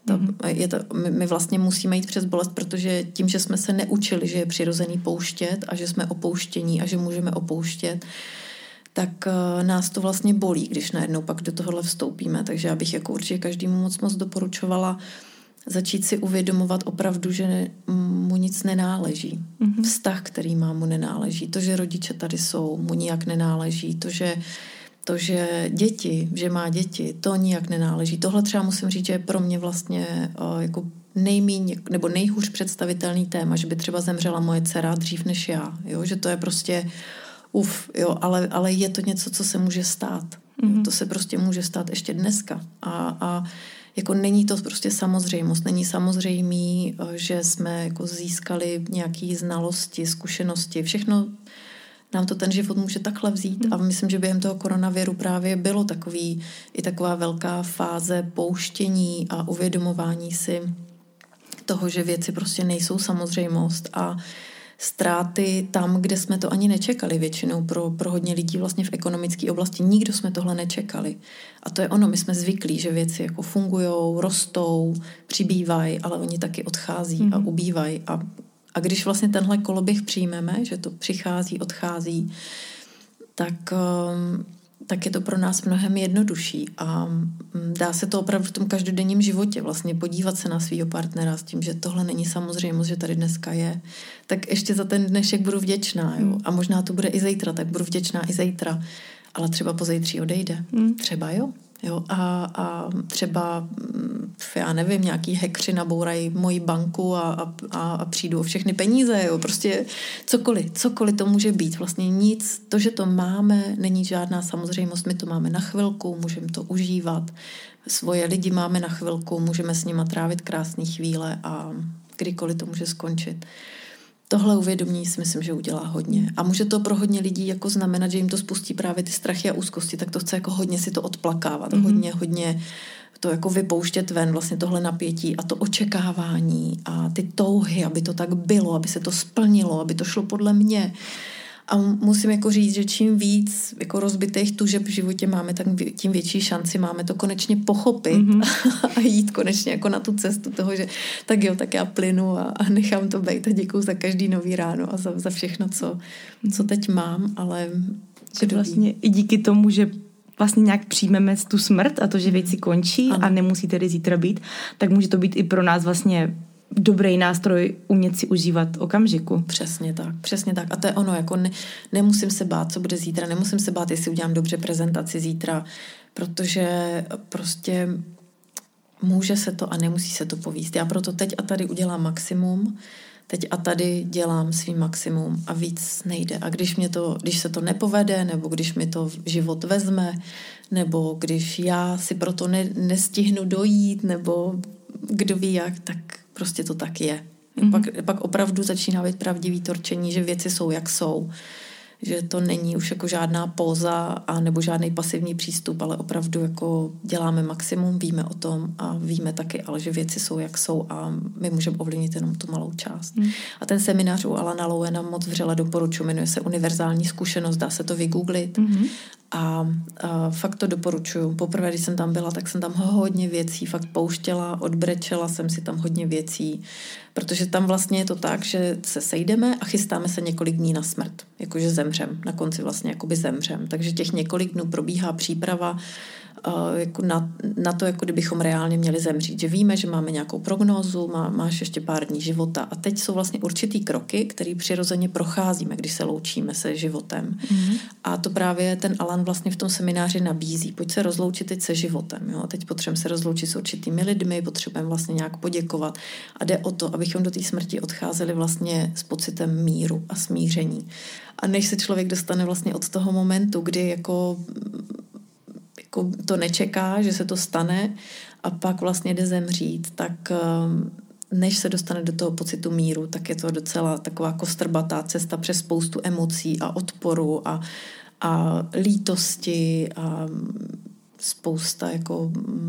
My vlastně musíme jít přes bolest, protože tím, že jsme se neučili, že je přirozený pouštět a že jsme opouštění a že můžeme opouštět, tak nás to vlastně bolí, když najednou pak do tohohle vstoupíme. Takže já bych jako určitě každému moc doporučovala začít si uvědomovat opravdu, že mu nic nenáleží. Vztah, který má, mu nenáleží. To, že rodiče tady jsou, mu nijak nenáleží. To, že děti, že má děti, to nijak nenáleží. Tohle třeba musím říct, že je pro mě vlastně jako nejmíň, nebo nejhůř představitelný téma, že by třeba zemřela moje dcera dřív než já. Jo? Že to je prostě ale je to něco, co se může stát. To se prostě může stát ještě dneska. A jako není to prostě samozřejmost, není samozřejmý, že jsme jako získali nějaké znalosti, zkušenosti, všechno nám to ten život může takhle vzít a myslím, že během toho koronaviru právě bylo taková velká fáze pouštění a uvědomování si toho, že věci prostě nejsou samozřejmost a ztráty tam, kde jsme to ani nečekali většinou pro hodně lidí vlastně v ekonomické oblasti. Nikdo jsme tohle nečekali. A to je ono, my jsme zvyklí, že věci jako fungujou, rostou, přibývají, ale oni taky odchází a ubývají. A když vlastně tenhle koloběh přijmeme, že to přichází, odchází, tak je to pro nás mnohem jednodušší a dá se to opravdu v tom každodenním životě vlastně podívat se na svýho partnera s tím, že tohle není samozřejmost, že tady dneska je, tak ještě za ten dnešek budu vděčná, jo? A možná to bude i zítra, tak budu vděčná i zítra, ale třeba pozítří odejde. Třeba jo. A třeba, já nevím, nějaký hackři nabourají moji banku a přijdou o všechny peníze, jo, prostě cokoliv to může být, vlastně nic, to, že to máme, není žádná samozřejmost, my to máme na chvilku, můžeme to užívat, svoje lidi máme na chvilku, můžeme s nima trávit krásné chvíle a kdykoliv to může skončit. Tohle uvědomění si myslím, že udělá hodně. A může to pro hodně lidí jako znamenat, že jim to spustí právě ty strachy a úzkosti, tak to chce jako hodně si to odplakávat, hodně to jako vypouštět ven, vlastně tohle napětí a to očekávání a ty touhy, aby to tak bylo, aby se to splnilo, aby to šlo podle mě. A musím jako říct, že čím víc jako rozbitých tužeb v životě máme, tak tím větší šanci máme to konečně pochopit a jít konečně jako na tu cestu toho, že tak jo, tak já plynu a nechám to být a děkuju za každý nový ráno a za všechno, co teď mám, ale vlastně i díky tomu, že vlastně nějak přijmeme tu smrt a to, že věci končí a nemusí tedy zítra být, tak může to být i pro nás vlastně dobrý nástroj umět si užívat okamžiku. Přesně tak. A to je ono, jako nemusím se bát, co bude zítra, nemusím se bát, jestli udělám dobře prezentaci zítra, protože prostě může se to a nemusí se to povíst. Já proto teď a tady udělám maximum, teď a tady dělám svý maximum a víc nejde. A když se to nepovede, nebo když mi to život vezme, nebo když já si proto nestihnu dojít, nebo kdo ví jak, tak prostě to tak je. Pak opravdu začíná být pravdivý to rčení, že věci jsou, jak jsou. Že to není už jako žádná póza a nebo žádný pasivní přístup, ale opravdu jako děláme maximum, víme o tom a víme taky, ale že věci jsou, jak jsou a my můžeme ovlivnit jenom tu malou část. A ten seminář u Alana Lowena moc vřele doporučuji, jmenuje se Univerzální zkušenost, dá se to vygooglit. A fakt to doporučuju. Poprvé, když jsem tam byla, tak jsem tam hodně věcí fakt pouštěla, odbrečela jsem si tam hodně věcí, protože tam vlastně je to tak, že se sejdeme a chystáme se několik dní na smrt, jakože zemřem, na konci vlastně jakoby zemřem. Takže těch několik dnů probíhá příprava jako na to, jako kdybychom reálně měli zemřít. Že víme, že máme nějakou prognózu, máš ještě pár dní života a teď jsou vlastně určitý kroky, které přirozeně procházíme, když se loučíme se životem. A to právě ten Alan vlastně v tom semináři nabízí. Pojď se rozloučit teď se životem. Jo? A teď potřebujeme se rozloučit s určitými lidmi, potřebujeme vlastně nějak poděkovat. A jde o to, abychom do té smrti odcházeli vlastně s pocitem míru a smíření. A než se člověk dostane vlastně od toho momentu, kdy jako to nečeká, že se to stane a pak vlastně jde zemřít, tak než se dostane do toho pocitu míru, tak je to docela taková kostrbatá cesta přes spoustu emocí a odporu a lítosti a spousta jako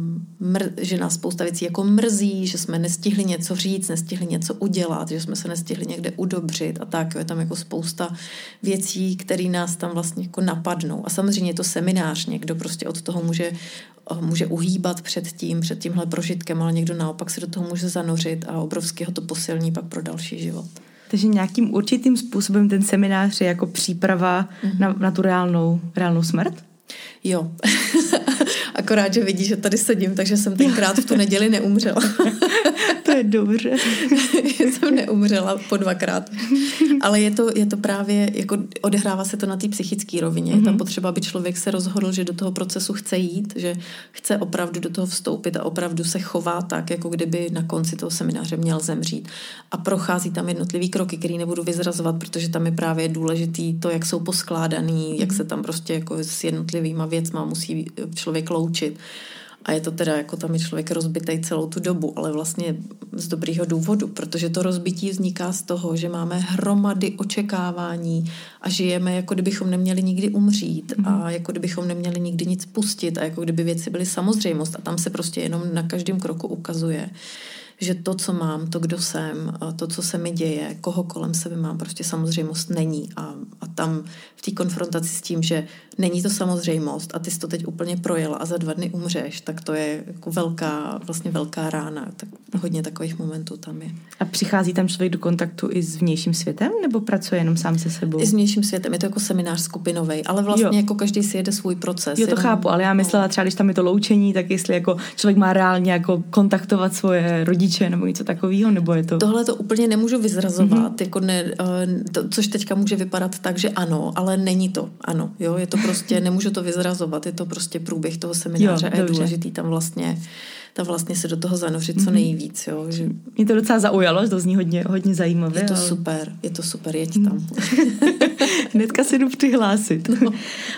že nás spousta věcí jako mrzí, že jsme nestihli něco říct, nestihli něco udělat, že jsme se nestihli někde udobřit a tak. Je tam jako spousta věcí, které nás tam vlastně jako napadnou. A samozřejmě je to seminář, někdo prostě od toho může uhýbat před tímhle prožitkem, ale někdo naopak se do toho může zanořit a obrovsky ho to posilní pak pro další život. Takže nějakým určitým způsobem ten seminář je jako příprava na tu reálnou smrt? Jo. Akorát, že vidíš, že tady sedím, takže jsem tenkrát v tu neděli neumřela. To je dobře. Jsem neumřela po 2krát. Ale je to právě, jako odehrává se to na té psychické rovině. Je tam potřeba, aby člověk se rozhodl, že do toho procesu chce jít, že chce opravdu do toho vstoupit a opravdu se chová tak, jako kdyby na konci toho semináře měl zemřít. A prochází tam jednotlivý kroky, který nebudu vyzrazovat, protože tam je právě důležitý to, jak jsou poskládaný, jak se tam prostě jako s jednotlivýma věcma musí člověk loučit. A je to teda, jako tam je člověk rozbitej celou tu dobu, ale vlastně z dobrýho důvodu, protože to rozbití vzniká z toho, že máme hromady očekávání a žijeme, jako kdybychom neměli nikdy umřít a jako kdybychom neměli nikdy nic pustit a jako kdyby věci byly samozřejmost a tam se prostě jenom na každém kroku ukazuje, že to, co mám, to, kdo jsem, to, co se mi děje, koho kolem sebe mám, prostě samozřejmost není. A tam v té konfrontaci s tím, že není to samozřejmost a ty jsi to teď úplně projela a za 2 dny umřeš, tak to je jako velká rána. Tak hodně takových momentů tam je. A přichází tam člověk do kontaktu i s vnějším světem, nebo pracuje jenom sám se sebou? I s vnějším světem, je to jako seminář skupinovej, ale vlastně jako každý si jede svůj proces. Jo, to chápu, ale já myslela třeba, když tam je to loučení, tak jestli jako člověk má reálně jako kontaktovat svoje rodiče nebo něco takového, nebo je to... Tohle to úplně nemůžu vyzrazovat, jako což teďka může vypadat tak, že ano, ale není to ano, jo, je to prostě, nemůžu to vyzrazovat, je to prostě průběh toho semináře a je důležitý tam vlastně se do toho zanořit co nejvíc. Jo, že... Mě to docela zaujalo, to zní hodně zajímavé. Je to super, jeď tam. Hnedka se jdu přihlásit. No.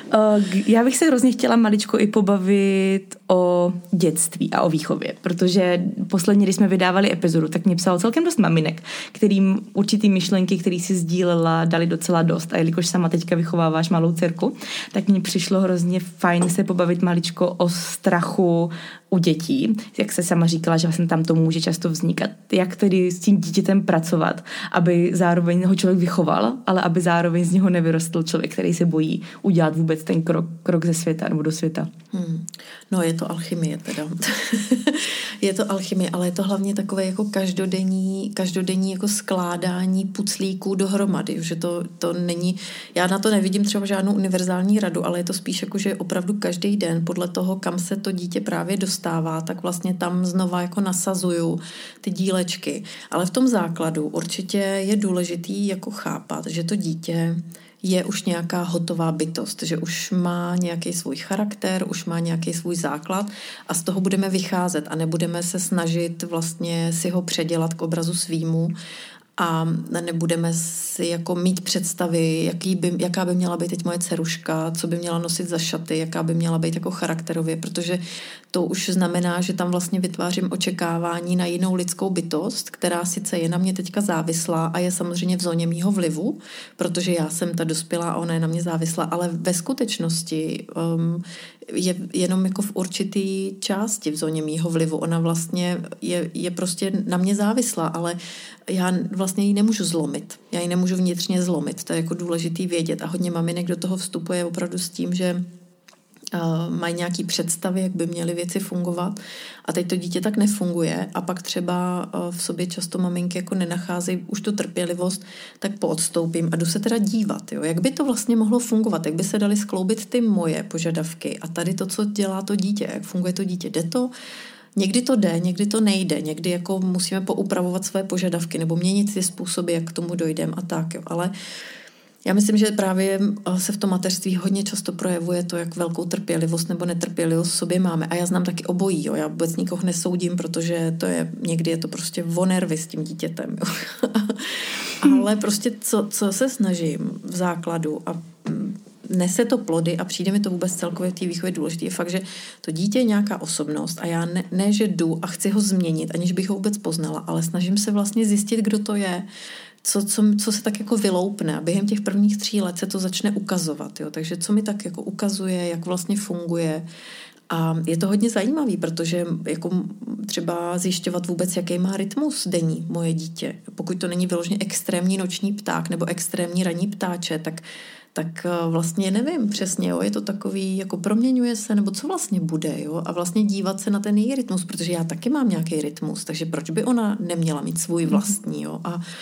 Já bych se hrozně chtěla maličko i pobavit o dětství a o výchově, protože posledně, když jsme vydávali epizodu, tak mě psalo celkem dost maminek, kterým určitý myšlenky, které si sdílela, dali docela dost. A jelikož sama teďka vychováváš malou dcerku, tak mně přišlo hrozně fajn se pobavit maličko o strachu u dětí, jak se sama říkala, že vlastně tam to může často vznikat. Jak tedy s tím dítětem pracovat, aby zároveň ho člověk vychoval, ale aby zároveň z něho nevyrostl člověk, který se bojí udělat vůbec ten krok ze světa nebo do světa. No je to alchymie teda. Je to alchymie, ale je to hlavně takové jako každodenní jako skládání puclíků dohromady, že to není, já na to nevidím třeba žádnou univerzální radu, ale je to spíš jako, že opravdu každý den podle toho, kam se to dítě právě dostává, tak vlastně tam znova jako nasazuju ty dílečky. Ale v tom základu určitě je důležitý jako chápat, že to dítě je už nějaká hotová bytost, že už má nějaký svůj charakter, už má nějaký svůj základ a z toho budeme vycházet a nebudeme se snažit vlastně si ho předělat k obrazu svýmu, a nebudeme si jako mít představy, jaká by měla být teď moje dceruška, co by měla nosit za šaty, jaká by měla být jako charakterově, protože to už znamená, že tam vlastně vytvářím očekávání na jinou lidskou bytost, která sice je na mě teďka závislá a je samozřejmě v zóně mýho vlivu, protože já jsem ta dospělá a ona je na mě závislá, ale ve skutečnosti je jenom jako v určitý části v zóně mýho vlivu. Ona vlastně je prostě na mě závislá, ale já vlastně ji nemůžu zlomit. Já ji nemůžu vnitřně zlomit. To je jako důležitý vědět. A hodně maminek do toho vstupuje opravdu s tím, že mají nějaký představy, jak by měly věci fungovat a teď to dítě tak nefunguje a pak třeba v sobě často maminky jako nenacházejí už tu trpělivost, tak poodstoupím a jdu se teda dívat, jo, jak by to vlastně mohlo fungovat, jak by se daly skloubit ty moje požadavky a tady to, co dělá to dítě, jak funguje to dítě, jde to? Někdy to jde, někdy to nejde, někdy jako musíme poupravovat své požadavky nebo měnit si způsoby, jak k tomu dojdeme a tak, jo, ale já myslím, že právě se v tom mateřství hodně často projevuje to, jak velkou trpělivost nebo netrpělivost v sobě máme. A já znám taky obojí. Jo. Já vůbec nikoho nesoudím, protože někdy je to prostě o nervy s tím dítětem. Jo. Ale prostě co se snažím v základu a nese to plody a přijde mi to vůbec celkově v té výchově důležité, je fakt, že to dítě je nějaká osobnost a já ne, že jdu a chci ho změnit, aniž bych ho vůbec poznala, ale snažím se vlastně zjistit, kdo to je, co se tak jako vyloupne a během těch prvních 3 let se to začne ukazovat. Jo? Takže co mi tak jako ukazuje, jak vlastně funguje a je to hodně zajímavý, protože jako třeba zjišťovat vůbec, jaký má rytmus denní moje dítě. Pokud to není vyloženě extrémní noční pták nebo extrémní ranní ptáče, tak vlastně nevím přesně, jo, je to takový, jako proměňuje se, nebo co vlastně bude, jo, a vlastně dívat se na ten její rytmus, protože já taky mám nějaký rytmus, takže proč by ona neměla mít svůj vlastní, jo,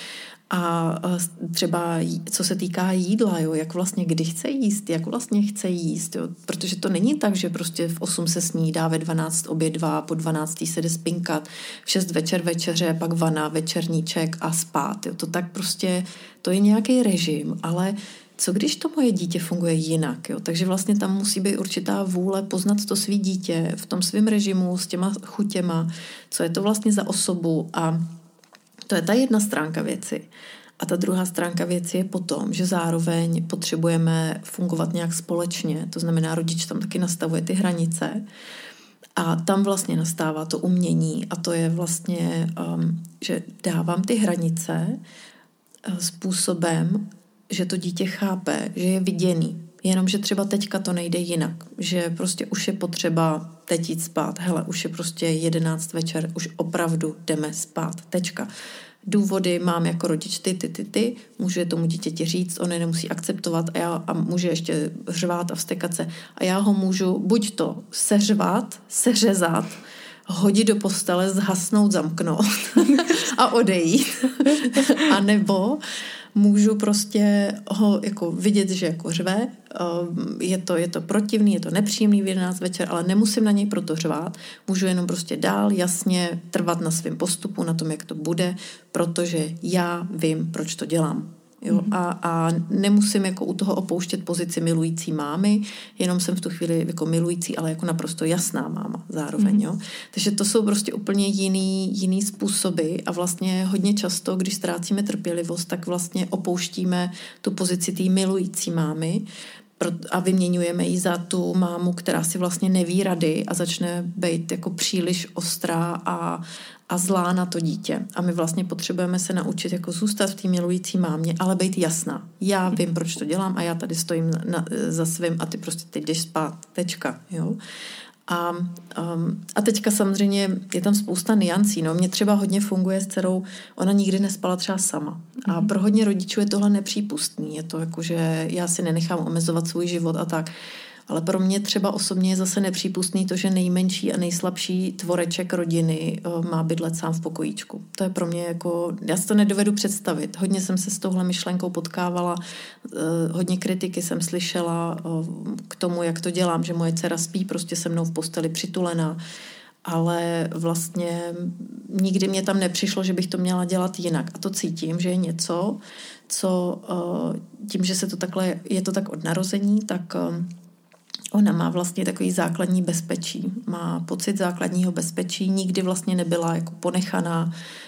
a třeba co se týká jídla, jo, jak vlastně kdy chce jíst, jak vlastně chce jíst, jo, protože to není tak, že prostě v 8 se snídá, ve 12 obědvá, po 12 se jde spinkat, v 6 večer večeře, pak vana, večerníček a spát, jo, to tak prostě, to je nějaký režim, ale co když to moje dítě funguje jinak, jo, takže vlastně tam musí být určitá vůle poznat to svý dítě v tom svém režimu s těma chutěma, co je to vlastně za osobu a to je ta jedna stránka věci. A ta druhá stránka věci je potom, že zároveň potřebujeme fungovat nějak společně, to znamená, rodič tam taky nastavuje ty hranice a tam vlastně nastává to umění a to je vlastně, že dávám ty hranice způsobem, že to dítě chápe, že je viděný, jenomže třeba teďka to nejde jinak, že prostě už je potřeba teď jít spát, hele, už je prostě 11 večer, už opravdu jdeme spát, tečka. Důvody mám jako rodič ty, můžu je tomu dítěti říct, on je nemusí akceptovat a může ještě řvát a vztekat se a já ho můžu buď to seřezat, hodit do postele, zhasnout, zamknout a odejít. A nebo můžu prostě ho jako vidět, že jako řve, je to protivný, je to nepříjemný v 11 večer, ale nemusím na něj proto řvát, můžu jenom prostě dál jasně trvat na svém postupu, na tom, jak to bude, protože já vím, proč to dělám. Jo? A nemusím jako u toho opouštět pozici milující mámy, jenom jsem v tu chvíli jako milující, ale jako naprosto jasná máma zároveň. Jo? Takže to jsou prostě úplně jiný způsoby a vlastně hodně často, když ztrácíme trpělivost, tak vlastně opouštíme tu pozici té milující mámy a vyměňujeme ji za tu mámu, která si vlastně neví rady a začne být jako příliš ostrá a zlá na to dítě. A my vlastně potřebujeme se naučit jako zůstat v té milující mámě, ale být jasná. Já vím, proč to dělám a já tady stojím za svým a ty prostě teď jdeš spát. Tečka. Jo? A teďka samozřejmě je tam spousta niancí. No. Mně třeba hodně funguje s dcerou, ona nikdy nespala třeba sama. A pro hodně rodičů je tohle nepřípustný. Je to jako, že já si nenechám omezovat svůj život a tak. Ale pro mě třeba osobně je zase nepřípustný to, že nejmenší a nejslabší tvoreček rodiny má bydlet sám v pokojíčku. To je pro mě jako, já si to nedovedu představit. Hodně jsem se s touhle myšlenkou potkávala, hodně kritiky jsem slyšela k tomu, jak to dělám, že moje dcera spí prostě se mnou v posteli přitulená, ale vlastně nikdy mě tam nepřišlo, že bych to měla dělat jinak. A to cítím, že je něco, co tím, že se to takhle, je to tak od narození, tak ona má vlastně takový základní bezpečí. Má pocit základního bezpečí, nikdy vlastně nebyla jako ponechaná,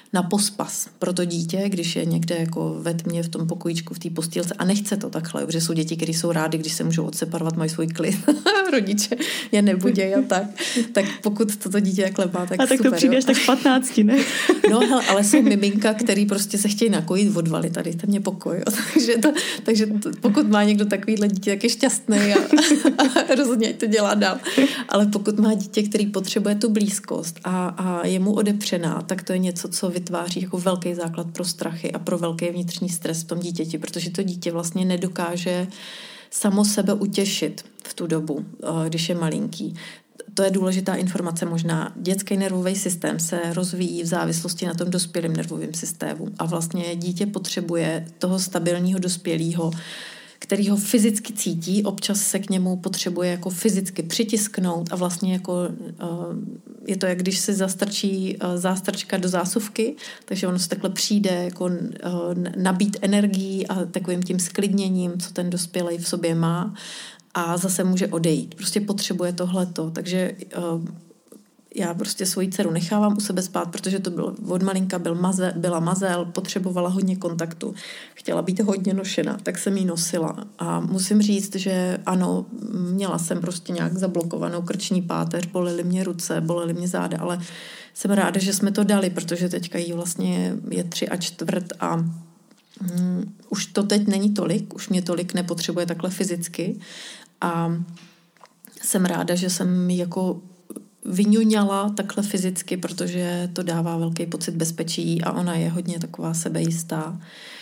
na pospas pro to dítě, když je někde jako ve tmě v tom pokojíčku, v té postýlce a nechce to takhle, protože jsou děti, které jsou rády, když se můžou odseparovat, mají svůj klid, rodiče je nebudějí a tak pokud toto dítě takhle má, tak super. A tak to přijdeš tak 15, ne? No hele, ale jsou miminka, který prostě se chtějí nakojit, odvalit, tady dejte mě pokoj. Takže pokud má někdo takovýhle dítě, tak je šťastný a rozhodně to dělá dál. Ale pokud má dítě, který potřebuje tu blízkost a je mu odepřená, tak to je něco, co vytváří jako velký základ pro strachy a pro velký vnitřní stres v tom dítěti, protože to dítě vlastně nedokáže samo sebe utěšit v tu dobu, když je malinký. To je důležitá informace možná. Dětský nervový systém se rozvíjí v závislosti na tom dospělém nervovém systému a vlastně dítě potřebuje toho stabilního dospělého, který ho fyzicky cítí, občas se k němu potřebuje jako fyzicky přitisknout a vlastně jako je to, jak když se zastrčí zástrčka do zásuvky, takže ono se takhle přijde jako nabít energií a takovým tím sklidněním, co ten dospělej v sobě má a zase může odejít. Prostě potřebuje tohleto, takže já prostě svoji dceru nechávám u sebe spát, protože to bylo od malinka byla mazel, potřebovala hodně kontaktu, chtěla být hodně nošena, tak jsem jí nosila. A musím říct, že ano, měla jsem prostě nějak zablokovanou krční páteř, bolely mě ruce, bolely mě záda, ale jsem ráda, že jsme to dali, protože teďka jí vlastně je 3,25 a už to teď není tolik, už mě tolik nepotřebuje takhle fyzicky a jsem ráda, že jsem jako vyňuňala takhle fyzicky, protože to dává velký pocit bezpečí a ona je hodně taková sebejistá.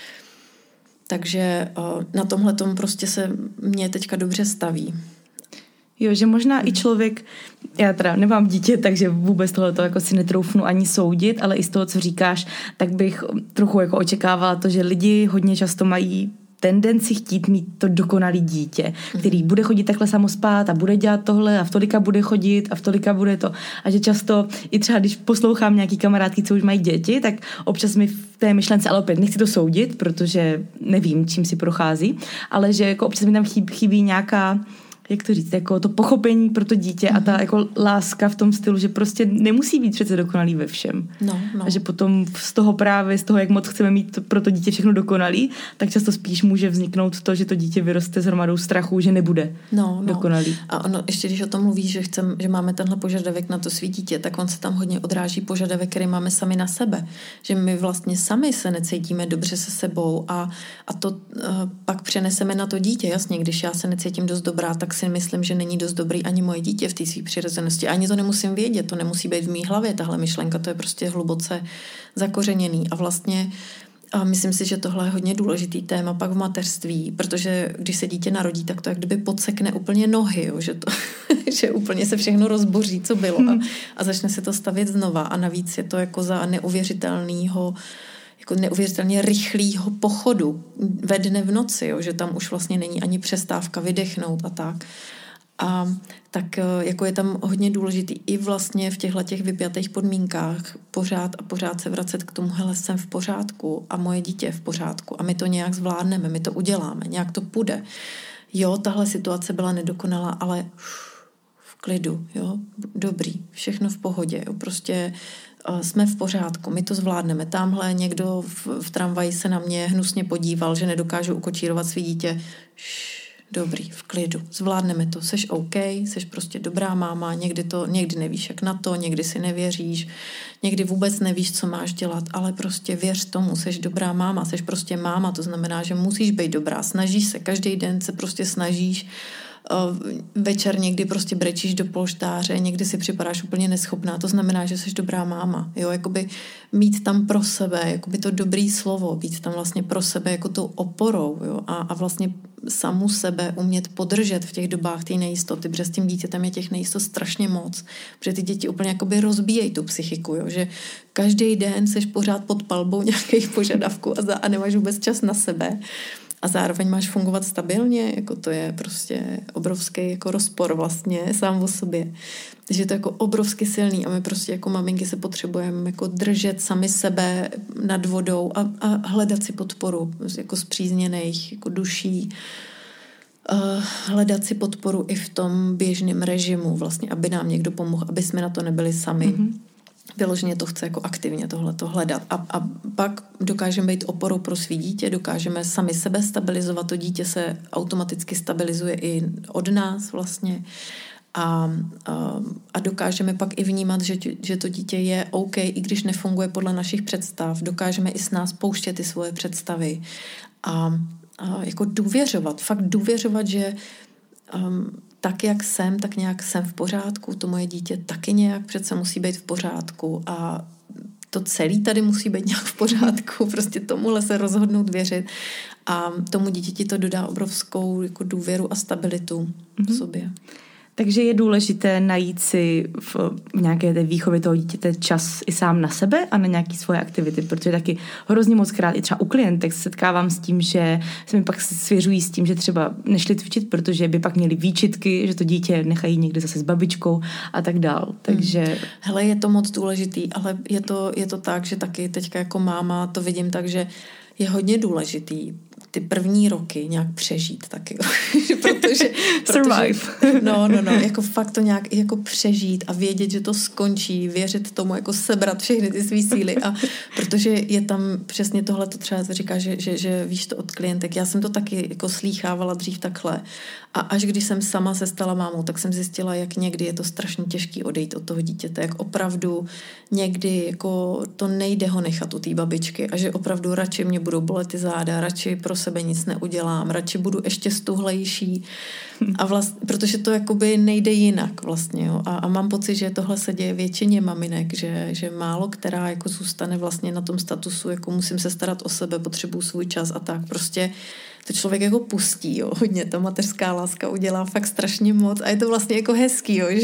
Takže na tomhletom prostě se mě teďka dobře staví. Jo, že možná i člověk, já teda nemám dítě, takže vůbec tohleto jako si netroufnu ani soudit, ale i z toho, co říkáš, tak bych trochu jako očekávala to, že lidi hodně často mají tendenci chtít mít to dokonalý dítě, který bude chodit takhle samospát a bude dělat tohle a v tolika bude chodit a v tolika bude to. A že často, i třeba když poslouchám nějaký kamarádky, co už mají děti, tak občas mi v té myšlence, ale opět nechci to soudit, protože nevím, čím si prochází, ale že jako občas mi tam chybí nějaká, jak to říct, jako to pochopení pro to dítě a ta jako láska v tom stylu, že prostě nemusí být přece dokonalý ve všem. No. A že potom z toho, jak moc chceme mít pro to dítě všechno dokonalý, tak často spíš může vzniknout to, že to dítě vyroste s hromadou strachu, že nebude dokonalý. A ono, ještě když o tom mluvíš, že máme tenhle požadavek na to svý dítě, tak on se tam hodně odráží požadavek, který máme sami na sebe. Že my vlastně sami se necítíme dobře se sebou a to pak přeneseme na to dítě. Jasně, když já se necítím dost dobrá, tak si myslím, že není dost dobrý ani moje dítě v té své přirozenosti. Ani to nemusím vědět, to nemusí být v mý hlavě, tahle myšlenka, to je prostě hluboce zakořeněný. A vlastně myslím si, že tohle je hodně důležitý téma pak v mateřství, protože když se dítě narodí, tak to jak kdyby podsekne úplně nohy, jo, že úplně se všechno rozboří, co bylo a začne se to stavět znova a navíc je to jako za neuvěřitelně rychlýho pochodu ve dne v noci, jo, že tam už vlastně není ani přestávka vydechnout a tak. A tak jako je tam hodně důležitý i vlastně v těchto vypjatých podmínkách pořád se vracet k tomu, hele, jsem v pořádku a moje dítě je v pořádku a my to nějak zvládneme, my to uděláme, nějak to půjde. Jo, tahle situace byla nedokonalá, ale v klidu, jo, dobrý, všechno v pohodě, jo, prostě jsme v pořádku, my to zvládneme. Tamhle někdo v tramvaji se na mě hnusně podíval, že nedokážu ukočírovat svý dítě. Dobrý, v klidu, zvládneme to, seš OK, seš prostě dobrá máma, někdy nevíš jak na to, někdy si nevěříš, někdy vůbec nevíš, co máš dělat, ale prostě věř tomu, seš dobrá máma, seš prostě máma, to znamená, že musíš být dobrá, snažíš se, každý den se prostě snažíš, večer někdy prostě brečíš do polštáře, někdy si připadáš úplně neschopná, to znamená, že jsi dobrá máma, jo, jakoby mít tam pro sebe, jakoby to dobrý slovo, být tam vlastně pro sebe jako tou oporou, jo, a vlastně samu sebe umět podržet v těch dobách té nejistoty, protože s tím dítětem je těch nejistot strašně moc, protože ty děti úplně jakoby rozbíjejí tu psychiku, jo, že každý den seš pořád pod palbou nějakých požadavků a nemáš vůbec čas na sebe. A zároveň máš fungovat stabilně, jako to je prostě obrovský jako rozpor vlastně sám o sobě. Takže je to jako obrovsky silný a my prostě jako maminky se potřebujeme jako držet sami sebe nad vodou a hledat si podporu jako spřízněných jako duší, hledat si podporu i v tom běžném režimu vlastně, aby nám někdo pomohl, aby jsme na to nebyli sami. vyloženě to chce jako aktivně tohleto hledat. A pak dokážeme být oporou pro svý dítě, dokážeme sami sebe stabilizovat, to dítě se automaticky stabilizuje i od nás vlastně. A dokážeme pak i vnímat, že to dítě je OK, i když nefunguje podle našich představ. Dokážeme i s nás pouštět ty svoje představy a jako důvěřovat, že tak, jak jsem, tak nějak jsem v pořádku, to moje dítě taky nějak přece musí být v pořádku a to celé tady musí být nějak v pořádku, prostě tomuhle se rozhodnout věřit a tomu dítěti to dodá obrovskou jako důvěru a stabilitu v sobě. Takže je důležité najít si v nějaké té výchově toho dítěte čas i sám na sebe a na nějaké svoje aktivity, protože taky hrozně moc krát i třeba u klientek se setkávám s tím, že se mi pak svěřují s tím, že třeba nešli cvičit, protože by pak měli výčitky, že to dítě nechají někde zase s babičkou a tak dál. Takže... Hele, je to moc důležitý, ale je to tak, že taky teďka jako máma to vidím tak, že je hodně důležitý ty první roky nějak přežít taky. protože Survive. No, jako fakt to nějak jako přežít a vědět, že to skončí, věřit tomu, jako sebrat všechny ty svý síly a protože je tam přesně tohle, to třeba říká, že víš to od klientek. Já jsem to taky jako slýchávala dřív takhle a až když jsem sama se stala mámou, tak jsem zjistila, jak někdy je to strašně těžký odejít od toho dítěte, jak opravdu někdy jako to nejde ho nechat u té babičky a že opravdu radši mě budou bolet ty záda, radši pro sebe nic neudělám, radši budu ještě stuhlejší a protože to jakoby nejde jinak vlastně, jo. A mám pocit, že tohle se děje většině maminek, že málo která jako zůstane vlastně na tom statusu, jako musím se starat o sebe, potřebuju svůj čas a tak prostě to člověk jako pustí, jo, hodně, ta mateřská láska udělá fakt strašně moc a je to vlastně jako hezký, jo,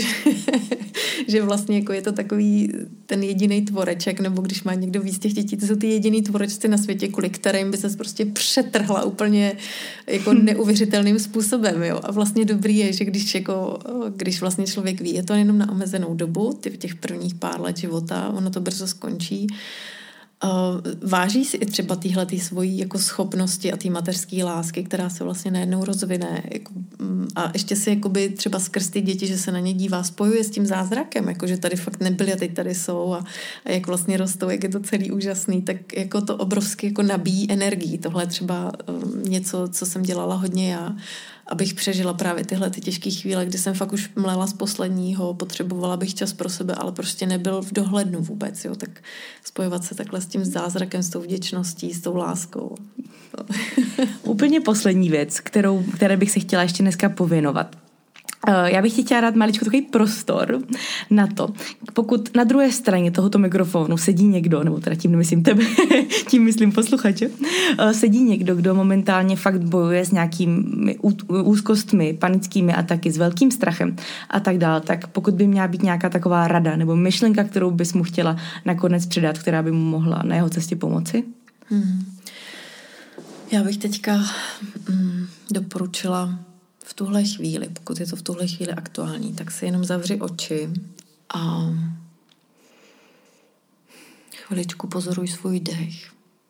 že vlastně jako je to takový ten jediný tvoreček, nebo když má někdo víc těch dětí, to jsou ty jediný tvorečci na světě, kvůli kterým by se prostě přetrhla úplně jako neuvěřitelným způsobem, jo, a vlastně dobrý je, že když vlastně člověk ví, je to jenom na omezenou dobu, těch prvních pár let života, ono to brzo skončí. Váží si i třeba týhletý svojí jako schopnosti a té mateřské lásky, která se vlastně najednou rozvine a ještě si jakoby třeba skrz ty děti, že se na ně dívá, spojuje s tím zázrakem, jako že tady fakt nebyly a teď tady jsou a jak vlastně rostou, jak je to celý úžasný, tak jako to obrovsky jako nabíjí energii. Tohle je třeba něco, co jsem dělala hodně já, abych přežila právě tyhle ty těžké chvíle, kdy jsem fakt už mlela z posledního, potřebovala bych čas pro sebe, ale prostě nebyl v dohlednu vůbec, jo, tak spojovat se takhle s tím zázrakem, s tou vděčností, s tou láskou. Úplně poslední věc, které bych se chtěla ještě dneska pověnovat. Já bych ti chtěla dát maličko takový prostor na to, pokud na druhé straně tohoto mikrofonu sedí někdo, nebo teda tím nemyslím tebe, tím myslím posluchače, sedí někdo, kdo momentálně fakt bojuje s nějakými úzkostmi, panickými ataky, s velkým strachem a tak dále, tak pokud by měla být nějaká taková rada nebo myšlenka, kterou bys mu chtěla nakonec předat, která by mu mohla na jeho cestě pomoci? Já bych teďka doporučila v tuhle chvíli, pokud je to v tuhle chvíli aktuální, tak si jenom zavři oči a chviličku pozoruj svůj dech.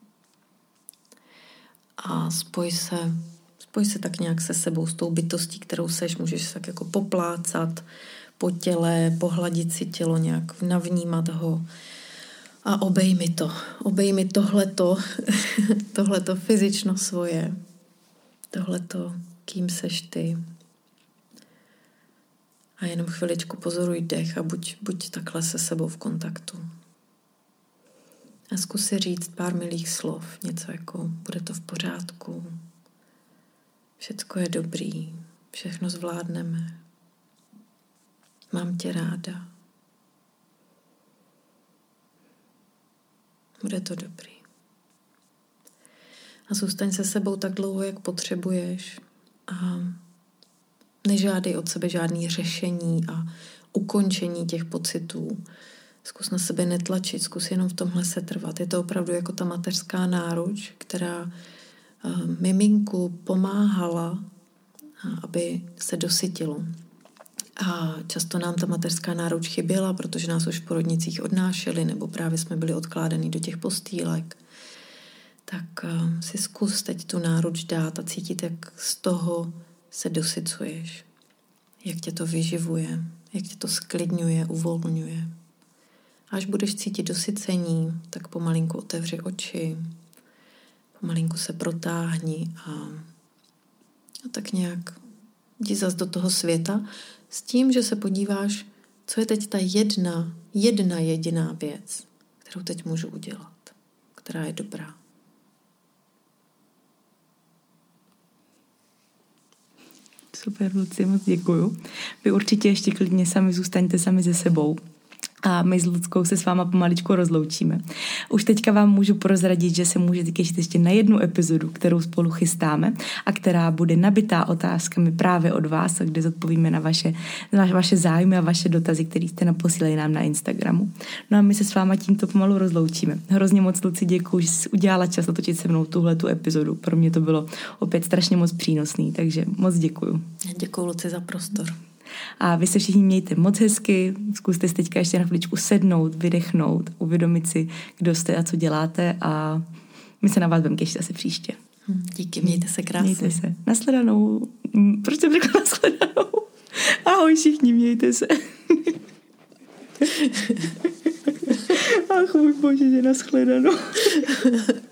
A spoj se tak nějak se sebou, s tou bytostí, kterou seš, můžeš tak jako poplácat po těle, pohladit si tělo, nějak navnímat ho a obejmi tohleto fyzično svoje, tohleto kým seš ty. A jenom chviličku pozoruj dech a buď takhle se sebou v kontaktu. A zkus si říct pár milých slov, něco jako bude to v pořádku, všecko je dobrý, všechno zvládneme, mám tě ráda, bude to dobrý. A zůstaň se sebou tak dlouho, jak potřebuješ a nežádej od sebe žádný řešení a ukončení těch pocitů. Zkus na sebe netlačit, zkus jenom v tomhle setrvat. Je to opravdu jako ta mateřská náruč, která miminku pomáhala, aby se dosytilo. A často nám ta mateřská náruč chyběla, protože nás už v porodnicích odnášeli nebo právě jsme byli odkládaní do těch postýlek. Tak si zkus teď tu náruč dát a cítit, jak z toho se dosycuješ. Jak tě to vyživuje, jak tě to sklidňuje, uvolňuje. Až budeš cítit dosycení, tak pomalinku otevři oči, pomalinku se protáhni a tak nějak jdi zas do toho světa s tím, že se podíváš, co je teď ta jedna jediná věc, kterou teď můžu udělat, která je dobrá. Super, Luci, moc děkuju. Vy určitě ještě klidně zůstaňte sami se sebou. A my s Luckou se s váma pomaličku rozloučíme. Už teďka vám můžu prozradit, že se můžete těšit ještě na jednu epizodu, kterou spolu chystáme a která bude nabitá otázkami právě od vás, kde zodpovíme na vaše zájmy a vaše dotazy, které jste naposílali nám na Instagramu. No a my se s váma tímto pomalu rozloučíme. Hrozně moc, Luci, děkuji, že jsi udělala čas natočit se mnou tuhletu epizodu. Pro mě to bylo opět strašně moc přínosný, takže moc děkuju. Děkuji, Luci, za prostor. A vy se všichni mějte moc hezky, zkuste si teďka ještě na chviličku sednout, vydechnout, uvědomit si, kdo jste a co děláte a my se na vás budeme těšit asi příště. Díky, mějte se krásně. Mějte se. Nashledanou. Proč jsem řekla nashledanou? Ahoj všichni, mějte se. Ach můj bože, že nashledanou.